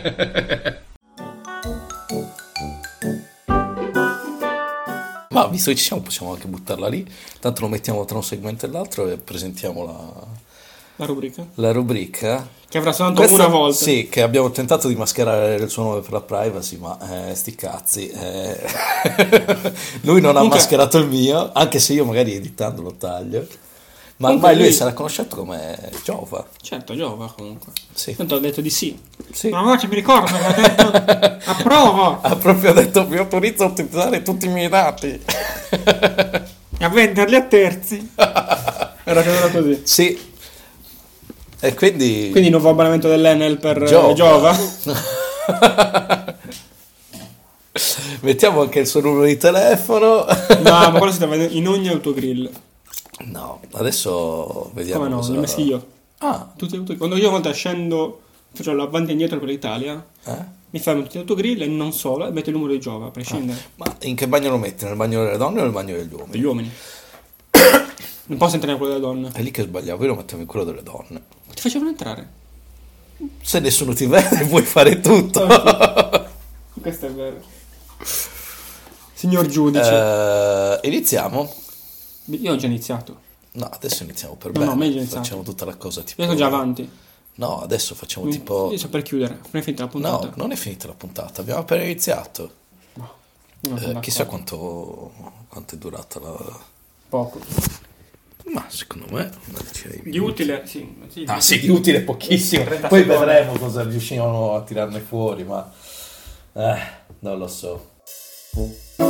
Ma visto che ci siamo, possiamo anche buttarla lì. Tanto lo mettiamo tra un segmento e l'altro e presentiamo La rubrica. La rubrica. Che avrà soltanto una volta. Sì, che abbiamo tentato di mascherare il suo nome per la privacy, ma sti cazzi. Lui non ha Comunque- mascherato il mio, anche se io magari editando lo taglio. Ma Comunque ormai lui lui- sarà conosciuto come Giova. Certo, Giova comunque. Sì. Tanto ho detto di sì. Sì. Ma no, mi ricordo che ha detto approvo Ha proprio detto vi autorizzo a utilizzare tutti i miei dati. e a venderli a terzi. Era così. Sì. E quindi... Quindi nuovo abbonamento dell'Enel per Giova. Giova. Mettiamo anche il suo numero di telefono. No, ma quello si trova in ogni autogrill. No, adesso vediamo Come no? cosa... Li ho messi io. Ah, Tutti gli autogrill. Quando io a volte scendo, faccio l'avanti e indietro per l'Italia, mi fanno tutti gli autogrill e non solo, e metto il numero di Giova, a prescindere. ma in che bagno lo metti? Nel bagno delle donne o nel bagno degli uomini? Degli uomini. Non posso entrare in quello delle donne. È lì che sbagliavo, io lo mettevo in quello delle donne. Ti facevano entrare. Se nessuno ti vede puoi fare tutto. Questo è vero. Signor giudice. Iniziamo? Io ho già iniziato. No, adesso iniziamo per No, bene. no, meglio iniziato. Facciamo tutta la cosa tipo... Io sono già avanti. No, adesso facciamo tipo... Io sto per chiudere. Non è finita la puntata. No, non è finita la puntata, abbiamo appena iniziato. No, io non sono Chissà d'accordo. quanto è durata la... Poco. Ma secondo me una decina di Di minuti. utile, sì. Ah sì, di utile pochissimo. 30 Poi secondi. vedremo cosa riusciamo a tirarne fuori, ma non lo so.